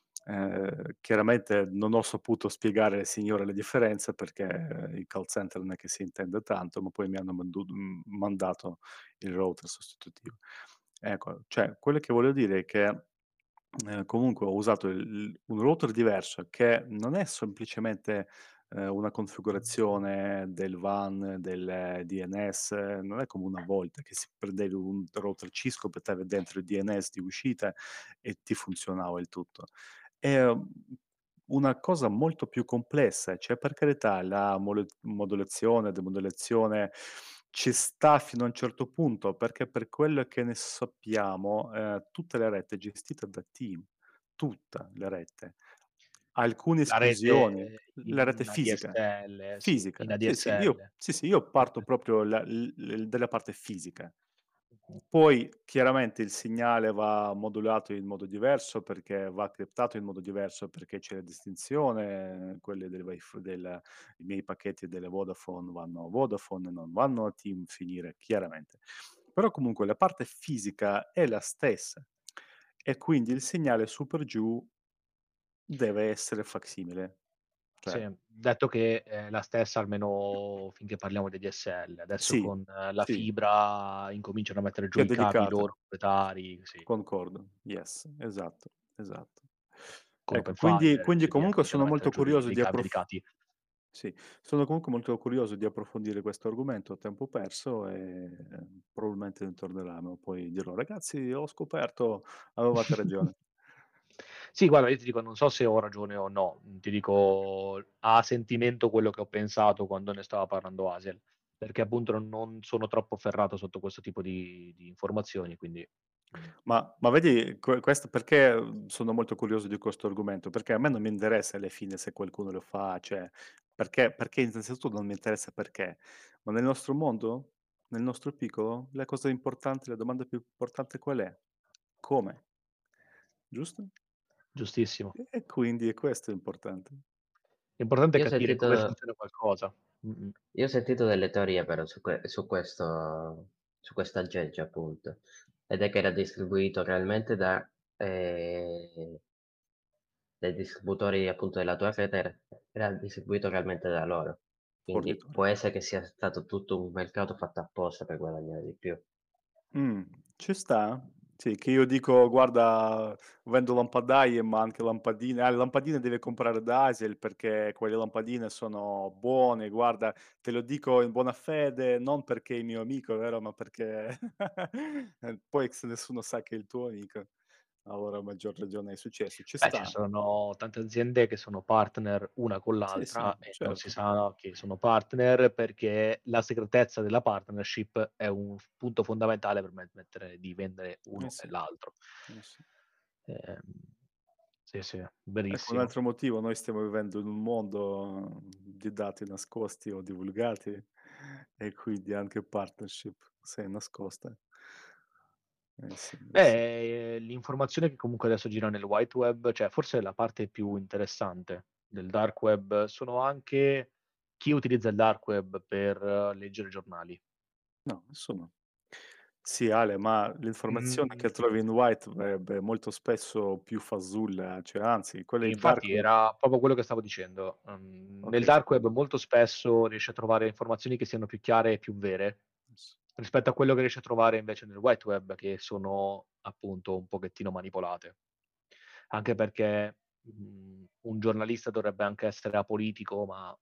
Chiaramente non ho saputo spiegare al signore le differenze perché il call center non è che si intende tanto, ma poi mi hanno mandato il router sostitutivo. Ecco, cioè quello che voglio dire è che, comunque ho usato un router diverso che non è semplicemente, una configurazione del WAN, del DNS, non è come una volta che si prendevi un router Cisco, mettevi dentro il DNS di uscita e ti funzionava il tutto. È una cosa molto più complessa, cioè per carità la modulazione, demodulazione ci sta fino a un certo punto, perché per quello che ne sappiamo, tutta la rete è gestita da team, tutta la rete. Alcune La esclusioni, rete la rete in fisica. ADSL, sì, Fisica, in sì, sì, ADSL. io parto Okay. proprio dalla parte fisica. Mh-mh. Poi chiaramente il segnale va modulato in modo diverso, perché va criptato in modo diverso, perché c'è la distinzione, quelli del wifi i miei pacchetti delle Vodafone vanno a Vodafone, non vanno a TIM finire, chiaramente. Però comunque la parte fisica è la stessa e quindi il segnale su per giù deve essere facsimile, cioè Sì, detto che è la stessa almeno finché parliamo di DSL. Adesso sì, con la sì, fibra incominciano a mettere giù più i cavi dedicata. loro proprietari, sì, Concordo, yes, esatto, esatto. con Ecco, Open quindi Fiber e quindi così via, comunque cominciano sono a mettere molto giù dei curioso dei di cavi delicati. sì, sono comunque molto curioso di approfondire questo argomento a tempo perso e, probabilmente ne torneranno. Poi dirò: "Ragazzi, ho scoperto, avevate ragione." Sì, guarda, io ti dico, non so se ho ragione o no, ti dico a sentimento quello che ho pensato quando ne stava parlando Asiel, perché appunto non sono troppo ferrato sotto questo tipo di informazioni, quindi, mhmm, Ma vedi questo perché, sono molto curioso di questo argomento, perché a me non mi interessa alla fine se qualcuno lo fa, cioè perché innanzitutto non mi interessa perché, ma nel nostro mondo, nel nostro piccolo, la cosa importante, la domanda più importante qual è? Come, giusto? giustissimo. E quindi questo è importante. L'importante è Io ho capire sentito come funziona qualcosa. Mh-mh. io ho sentito delle teorie però su questo aggeggio appunto, ed è che era distribuito realmente dai distributori appunto della tua rete, era distribuito realmente da loro. Quindi Fornitore. può essere che sia stato tutto un mercato fatto apposta per guadagnare di più. Mh, ci sta. Sì, che io dico: "Guarda, vendo lampadaie, ma anche lampadine le lampadine deve comprare da Asiel perché quelle lampadine sono buone, guarda, te lo dico in buona fede, non perché è mio amico, vero, ma perché" poi se nessuno sa che è il tuo amico, allora a maggior ragione è successo. Ci Beh, ci sta. sono tante aziende che sono partner una con Sì, sì, l'altra e non si certo. sa che sono partner perché la segretezza della partnership è un f punto fondamentale per mettere di vendere Eh uno e sì, l'altro. eh sì. Ehm, sì, sì, Ecco, un verissimo. altro motivo, noi stiamo vivendo in un mondo di dati nascosti o divulgati e quindi anche partnership, se è nascosta. Eh sì, eh sì. L'informazione che comunque adesso gira nel white web, cioè forse la parte più interessante del dark web, sono anche chi utilizza il dark web per leggere giornali. No, nessuno. Sì, Ale, ma l'informazione Mhmm che trovi in white web è molto spesso più fasulla, cioè anzi quella in dark Infatti web era proprio quello che stavo dicendo. Nel okay, dark web molto spesso riesci a trovare informazioni che siano più chiare e più vere, adesso rispetto a quello che riesci a trovare invece nel white web, che sono appunto un pochettino manipolate. Anche perché, un giornalista dovrebbe anche essere apolitico, ma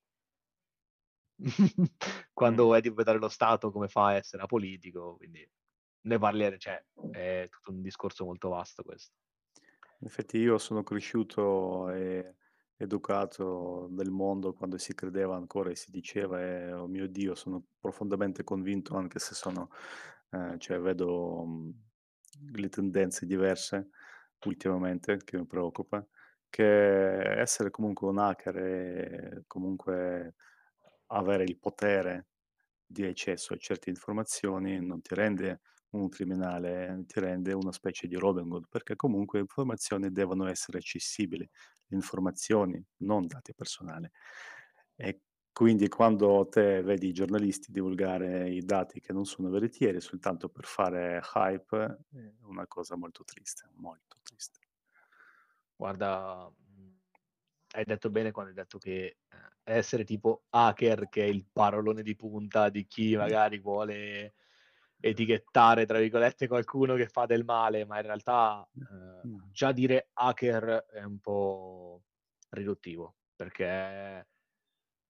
mh. quando è di guidare lo Stato come fa a essere apolitico? Quindi ne parliere cioè, è tutto un discorso molto vasto questo. In effetti io sono cresciuto e educato nel mondo quando si credeva ancora e si diceva e, oh mio Dio, sono profondamente convinto anche se sono cioè vedo, le tendenze diverse ultimamente che mi preoccupa, che essere comunque un hacker e comunque avere il potere di accesso a certe informazioni non ti rende un criminale, ti rende una specie di Robin Hood, perché comunque le informazioni devono essere accessibili, informazioni, non dati personali. E quindi quando te vedi i giornalisti divulgare i dati che non sono veritieri soltanto per fare hype, è una cosa molto triste, molto triste. Guarda, hai detto bene quando hai detto che, essere tipo hacker, che è il parolone di punta di chi Mh, magari vuole etichettare, tra virgolette, qualcuno che fa del male, ma in realtà, no. già dire hacker è un po' riduttivo, perché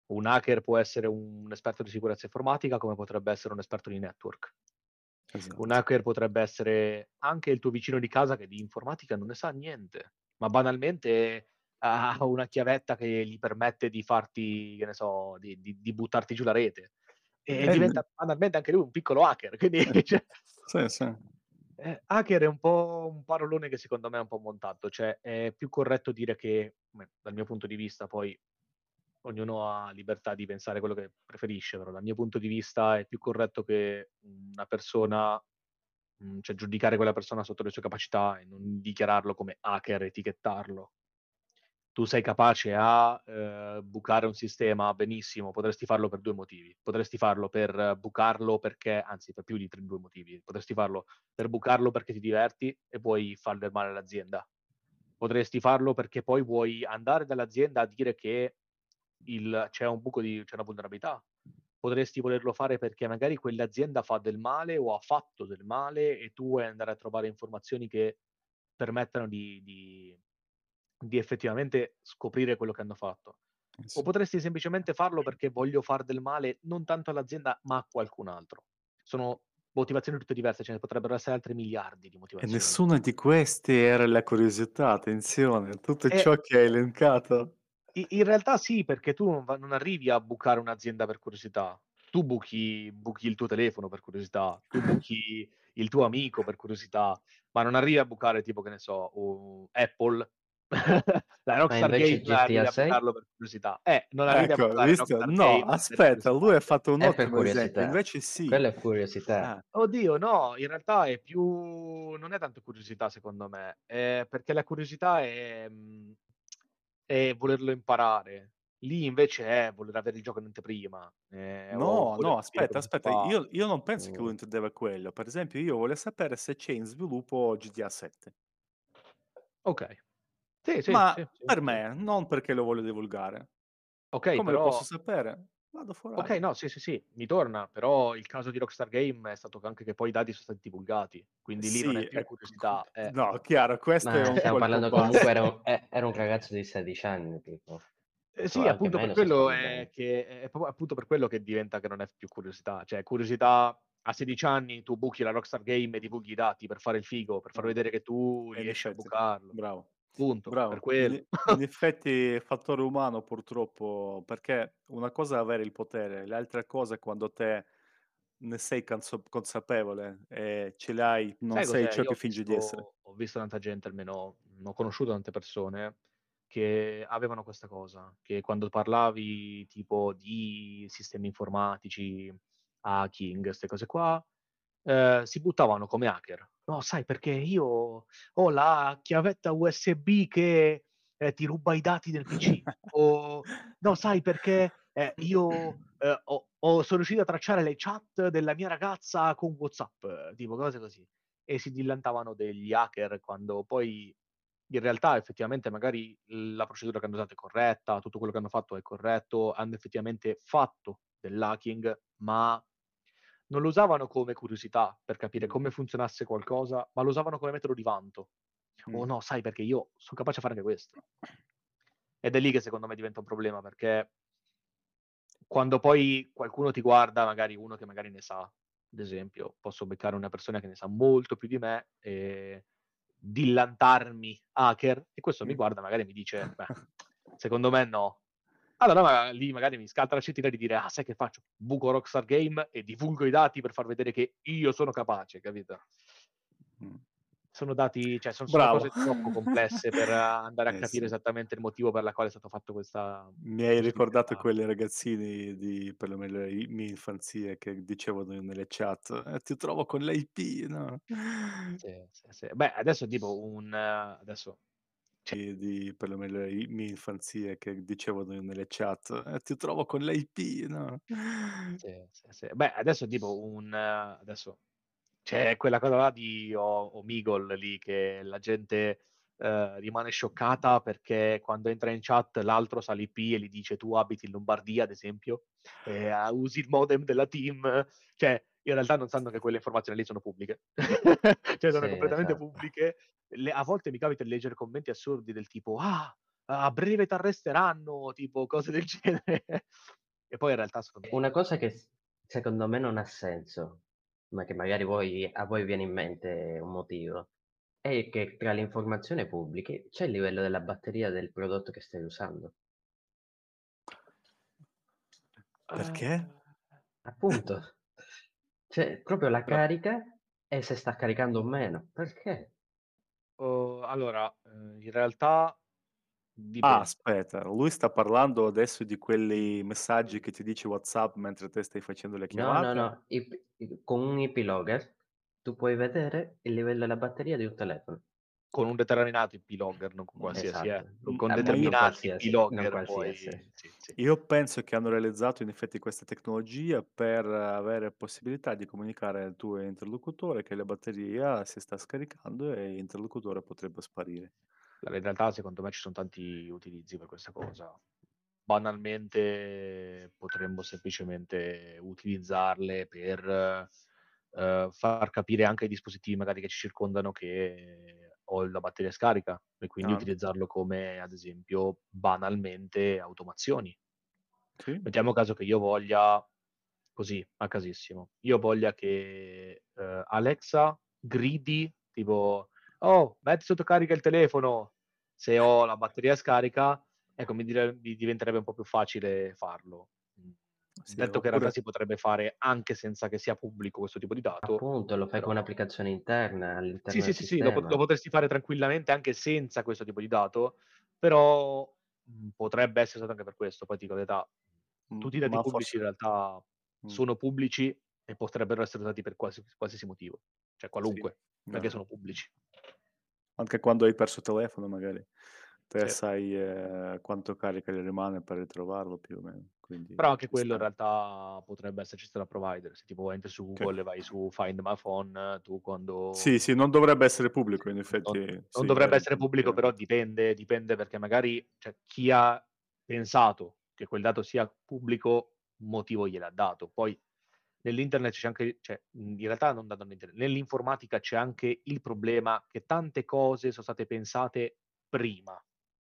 Un hacker può essere un esperto di sicurezza informatica, come potrebbe essere un esperto di network. Un Esatto. hacker potrebbe essere anche il tuo vicino di casa che di informatica non ne sa niente, ma banalmente ha una chiavetta che gli permette di farti, che ne so, di buttarti giù la rete. E E n diventa banalmente anche lui un piccolo hacker, quindi cioè, Sì, sì. hacker è un po' un parolone che secondo me è un po' montato, cioè è più corretto dire che, dal mio punto di vista, poi ognuno ha libertà di pensare quello che preferisce, però dal mio punto di vista è più corretto che una persona, cioè giudicare quella persona sotto le sue capacità e non dichiararlo come hacker, etichettarlo. Tu sei capace a, bucare un sistema, benissimo, potresti farlo per 2 motivi. Potresti farlo per bucarlo perché anzi per più di 2 motivi. Potresti farlo per bucarlo perché ti diverti e vuoi far del male all'azienda. Potresti farlo perché poi vuoi andare dall'azienda a dire che c'è una vulnerabilità. Potresti volerlo fare perché magari quell'azienda fa del male o ha fatto del male e tu vuoi andare a trovare informazioni che permettano di effettivamente scoprire quello che hanno fatto. O Sì. potresti semplicemente farlo perché voglio far del male non tanto all'azienda, ma a qualcun altro. Sono motivazioni tutte diverse, ce ne potrebbero essere altri miliardi di E motivazioni. nessuna di queste era la curiosità, attenzione, tutto E ciò che hai elencato. in realtà sì, perché tu non arrivi a bucare un'azienda per curiosità. Tu buchi il tuo telefono per curiosità, tu buchi il tuo amico per curiosità, ma non arrivi a bucare tipo, che ne so, Apple. La Ma Rockstar invece Game arrivi GTA a 6 bucarlo per curiosità. Non arrivi a Ecco, hai bucare visto? Rockstar No, Game per aspetta, lui curiosità. ha fatto un è per ottimo esempio, curiosità. invece sì. Quella è curiosità. Oddio, no, in realtà è più non è tanto curiosità secondo me, perché la curiosità è volerlo imparare. Lì invece è voler avere il gioco in anteprima, o No, voler no, capire aspetta, come si aspetta, fa. io non penso che lui Mh. intendeva quello. Per esempio, io voglio sapere se c'è in sviluppo GTA 7. Okay. Sì, sì, Ma sì, sì, per sì. me, non perché lo voglio divulgare. Okay, Come lo posso però sapere? Vado okay, forato. no, sì, sì, sì, mi torna, però il caso di Rockstar Game è stato anche che poi i dati sono stati divulgati, quindi lì non Sì, è più q curiosità, no, chiaro, questo è Ma un stiamo colpo parlando comunque basso. era un ragazzo di 16 anni tipo, o Sì, anche appunto per meno se quello ricordo è bene. che è proprio appunto per quello che diventa che non è più curiosità. Cioè, curiosità a 16 anni tu buchi la Rockstar Game e divulghi i dati per fare il figo, per far No, vedere che tu in riesci a effetti, bucarlo. bravo, Punto, per bravo. quello. In effetti fattore umano purtroppo, perché una cosa è avere il potere, l'altra cosa è quando te ne sei consapevole e ce l'hai, non Sai sei cos'è? ciò Io che fingi di essere. ho visto tanta gente, almeno ho conosciuto tante persone che avevano questa cosa, che quando parlavi tipo di sistemi informatici, hacking, 'ste cose qua, si buttavano come hacker. "No, sai perché io ho la chiavetta USB che, ti ruba i dati del PC." O "No, sai perché, io, sono riuscito a tracciare le chat della mia ragazza con WhatsApp." Tipo cose così. E si dillantavano degli hacker quando poi in realtà effettivamente magari la procedura che hanno usato è corretta, tutto quello che hanno fatto è corretto, hanno effettivamente fatto dell'hacking, ma non lo usavano come curiosità per capire Mh, come funzionasse qualcosa, ma lo usavano come metodo di vanto. "Oh mh. no, sai perché io son capace a fare anche questo." Ed è lì che secondo me diventa un problema, perché quando poi qualcuno ti guarda, magari uno che magari ne sa, ad esempio, posso beccare una persona che ne sa molto più di me e dillantarmi hacker, e questo mi Mh. guarda magari e mi dice: "Beh, secondo me no." Allora lì magari mi scatta la scintilla di dire: "Ah, sai che faccio? Buco Rockstar Game e divulgo i dati per far vedere che io sono capace." Capito? Mh. Sono dati cioè sono Bravo. cose troppo complesse per andare a capire Sì. esattamente il motivo per la quale è stato fatto Mi hai questo tipo di ricordato attacco. quelle ragazzini di perlomeno le mie infanzie che dicevano nelle chat: ti trovo con l'IP", no, Sì, sì, sì. Beh, adesso tipo adesso di perlomeno le mie infanzie che dicevano nelle chat: ti trovo con l'IP", no? sì, sì, sì. Beh, adesso tipo adesso c'è quella cosa là di Omegle lì che la gente, rimane scioccata perché quando entra in chat l'altro sa l'IP e gli dice: "Tu abiti in Lombardia", ad esempio, usi il modem della TIM, cioè in realtà non sanno che quelle informazioni lì sono pubbliche. Cioè Sì, sono completamente esatto. pubbliche. A volte mi capita di leggere commenti assurdi del tipo: "Ah, "A breve t'arresteranno", tipo cose del genere. E poi in realtà secondo me Una cosa che secondo me non ha senso, ma che magari a voi viene in mente un motivo, è che tra le informazioni pubbliche c'è il livello della batteria del prodotto che stai usando. Perché? Appunto, c'è proprio la però carica e se sta caricando o meno. Perché? allora, in realtà Ah, dipende. aspetta, lui sta parlando adesso di quelli messaggi che ti dice WhatsApp mentre te stai facendo le No, no, chiamate? no, con un IP logger tu puoi vedere il livello della batteria di un telefono. Con un determinato IP logger, non con qualsiasi, Esatto, con Ma non determinati IP qualsiasi, non logger qualsiasi. puoi sì, sì. io penso che hanno realizzato in effetti questa tecnologia per avere possibilità di comunicare al tuo interlocutore che la batteria si sta scaricando e l'interlocutore potrebbe sparire. Allora, in realtà secondo me ci son tanti utilizzi per questa cosa. Banalmente potremmo semplicemente utilizzarle per, far capire anche ai dispositivi magari che ci circondano che ho la batteria scarica e quindi Anche. utilizzarlo come, ad esempio, banalmente automazioni. Sì, Mettiamo caso che io voglia così, a casissimo, io voglia che, Alexa gridi tipo: "Oh, metti sotto carica il telefono." Se ho la batteria scarica, ecco mi diventerebbe un po' più facile farlo. sì, Detto che in realtà oppure si potrebbe fare anche senza che sia pubblico questo tipo di dato, Appunto, lo fai con però un'applicazione interna sì, all'interno sì, del sì, sì, lo sistema. potresti fare tranquillamente anche senza questo tipo di dato, però, potrebbe essere stato anche per questo. Poi ti dico la verità, tutti i dati ma pubblici in forse realtà mh, sono pubblici e potrebbero essere usati per qualsiasi motivo, cioè sì, qualunque, perché vero. sono pubblici. Anche quando hai perso il telefono magari, te Sì. sai, quanto carica gli rimane per ritrovarlo più o meno, quindi Però anche ci quello in sta. realtà potrebbe esserci dal provider. Se tipo entri su Che Google e vai su Find My Phone, tu sì, quando sì, non dovrebbe essere pubblico in non effetti, non sì, hai dovrebbe essere ragione pubblico, però pienamente. dipende perché magari, cioè, chi ha pensato che quel dato sia pubblico, un motivo gliel'ha dato. Poi nell'internet c'è anche cioè, in realtà non tanto nell'internet, nell'informatica c'è anche il problema che tante cose son state pensate prima.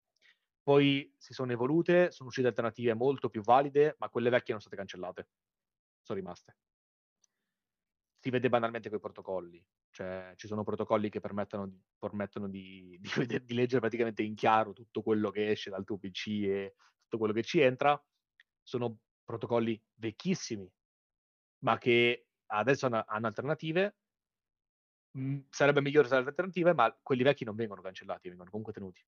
Poi si sono evolute, sono uscite alternative molto più valide, ma quelle vecchie non state cancellate. Son rimaste. Si vede banalmente coi protocolli, cioè ci sono protocolli che permettono di di leggere praticamente in chiaro tutto quello che esce dal tuo PC e tutto quello che ci entra. Sono protocolli vecchissimi, ma che adesso hanno alternative. Sarebbe migliore usare le alternative, ma quelli vecchi non vengono cancellati, vengono comunque tenuti.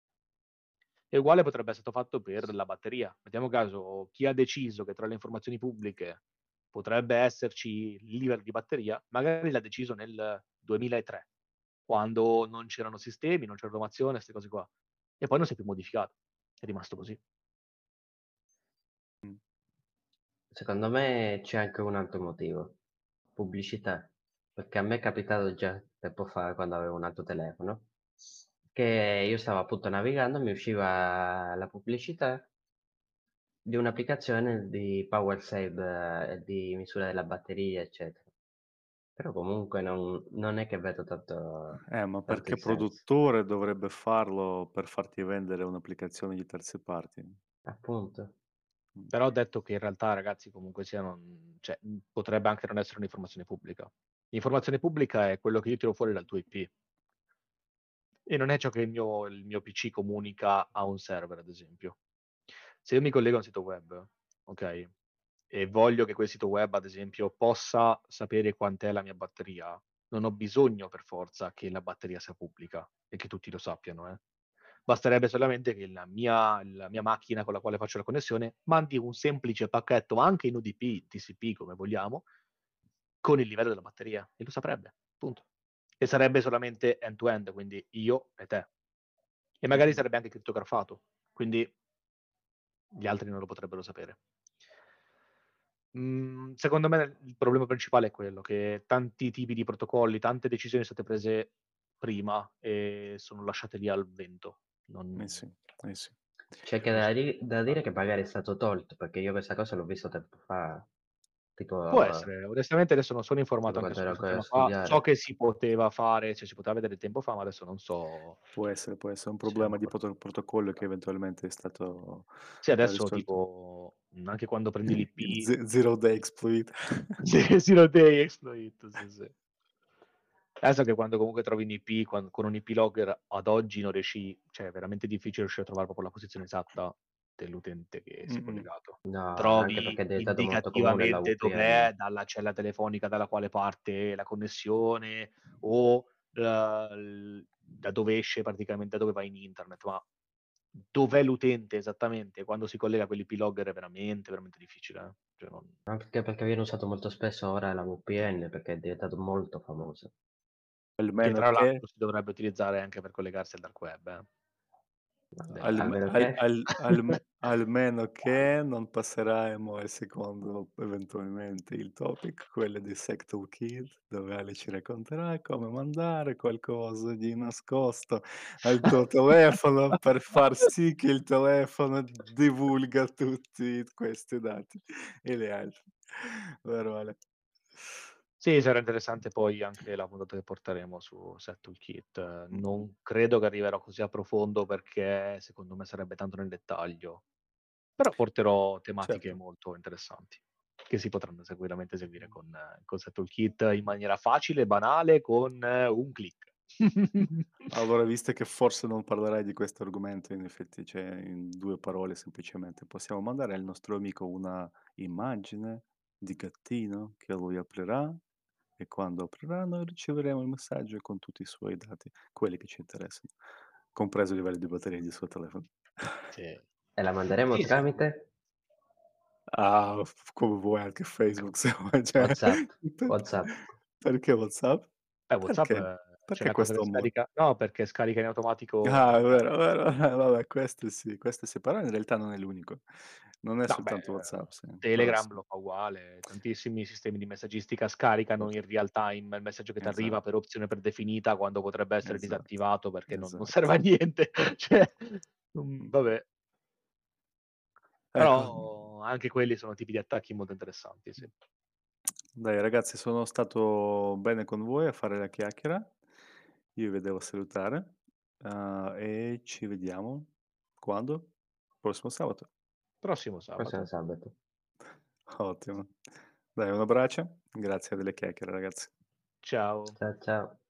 E uguale potrebbe essere stato fatto per la batteria. Mettiamo caso chi ha deciso che tra le informazioni pubbliche potrebbe esserci il livello di batteria, magari l'ha deciso nel 2003, quando non c'erano sistemi, non c'era automazione, 'ste cose qua. E poi non si è più modificato. È rimasto così. Mh. Secondo me c'è anche un altro motivo: pubblicità. Perché a me è capitato già tempo fa, quando avevo un altro telefono, che io stavo appunto navigando e mi usciva la pubblicità di un'applicazione di power save e di misura della batteria, eccetera. Però comunque non è che vedo Ma tanto perché il senso. produttore dovrebbe farlo per farti vendere un'applicazione di terze parti? Appunto. Mh. Però ho detto che in realtà ragazzi comunque sia cioè, potrebbe anche non essere un'informazione pubblica. L'informazione pubblica è quello che io tiro fuori dal tuo IP. E non è ciò che il mio PC comunica a un server, ad esempio. Se io mi collego a un sito web, okay, e voglio che quel sito web, ad esempio, possa sapere quant'è la mia batteria, non ho bisogno per forza che la batteria sia pubblica e che tutti lo sappiano, eh. Basterebbe solamente che la mia macchina con la quale faccio la connessione mandi un semplice pacchetto, anche in UDP, TCP, come vogliamo, con il livello della batteria e lo saprebbe, punto. E sarebbe solamente end to end, quindi io e te. E magari Mh-mh. sarebbe anche crittografato, quindi gli altri non lo potrebbero sapere. Secondo me il problema principale è quello, che tanti tipi di protocolli, tante decisioni state prese prima e sono lasciate lì al vento. Eh sì, Non eh sì. C'è che non da sono dire state. che magari è stato tolto, perché io questa cosa l'ho visto tempo fa. tipo Può essere, onestamente adesso non sono tipo informato anche quando su ero questo ancora a tema qua. So studiare. che si poteva fare, cioè si poteva vedere tempo fa, ma adesso non so Può essere un se problema di ancora protocollo che eventualmente è stato, sì, adesso risolto. tipo, anche quando prendi Il l'IP zero day exploit. sì, zero day exploit, sì, sì. Adesso che quando comunque trovi un IP, con un IP logger ad oggi non riesci cioè è veramente difficile riuscire a trovare proprio la posizione esatta dell'utente che si è Mh-mh. collegato. No, anche Trovi perché è diventato molto comune la indicativamente VPN. dov'è, dalla cella telefonica dalla quale parte la connessione o, da dove esce praticamente, da dove va in internet, ma dov'è l'utente esattamente quando si collega a quell'IP logger è veramente, veramente difficile, Cioè non Anche perché viene usato molto spesso ora la VPN, perché è diventato molto famoso. che Almeno tra che l'altro si dovrebbe utilizzare anche per collegarsi al dark web, del Almeno che almeno che non passeremo al secondo, eventualmente, il topic, quello di SecToolKit, dove Ale ci racconterà come mandare qualcosa di nascosto al tuo telefono per far sì che il telefono divulga tutti questi dati e le altri. Vero Ale? Sì, sarà interessante poi anche la puntata che porteremo su Set Toolkit. Mh-mh. Non credo che arriverò così a profondo perché secondo me sarebbe tanto nel dettaglio, però porterò tematiche Certo. molto interessanti, che si potranno sicuramente seguire con Set Toolkit in maniera facile, banale, con un click. Allora, visto che forse non parlerai di questo argomento, in effetti, cioè in 2 parole semplicemente, possiamo mandare al nostro amico una immagine di gattino che lui aprirà e quando aprirà noi riceveremo il messaggio con tutti i suoi dati, quelli che ci interessano, compreso il livello di batteria del suo telefono. Sì. e la manderemo Sì, sì. tramite Ah, f come vuoi anche Facebook se vuoi, cioè WhatsApp. per WhatsApp. perché WhatsApp? WhatsApp, Perché? c'è Perché la cosa che questo mo scarica no, perché scarica in Ah, automatico è vero, vabbè questo sì, però in realtà non è l'unico. Non è no, beh, soltanto WhatsApp, sì, però Telegram sì, lo fa uguale, tantissimi sistemi di messaggistica scaricano in certo. real time il messaggio che t'arriva Esatto, per opzione predefinita, quando potrebbe essere esatto, disattivato perché non esatto. serve a niente. Cioè, Mh. vabbè. Ecco, Però anche quelli sono tipi di attacchi molto interessanti, sì. dai ragazzi sono stato bene con voi a fare la chiacchiera. Io vi devo salutare, e ci vediamo quando? Prossimo sabato. Prossimo Prossimo sabato. sabato. Ottimo. Dai un abbraccio, grazie delle chiacchiere ragazzi. Ciao. Ciao, ciao.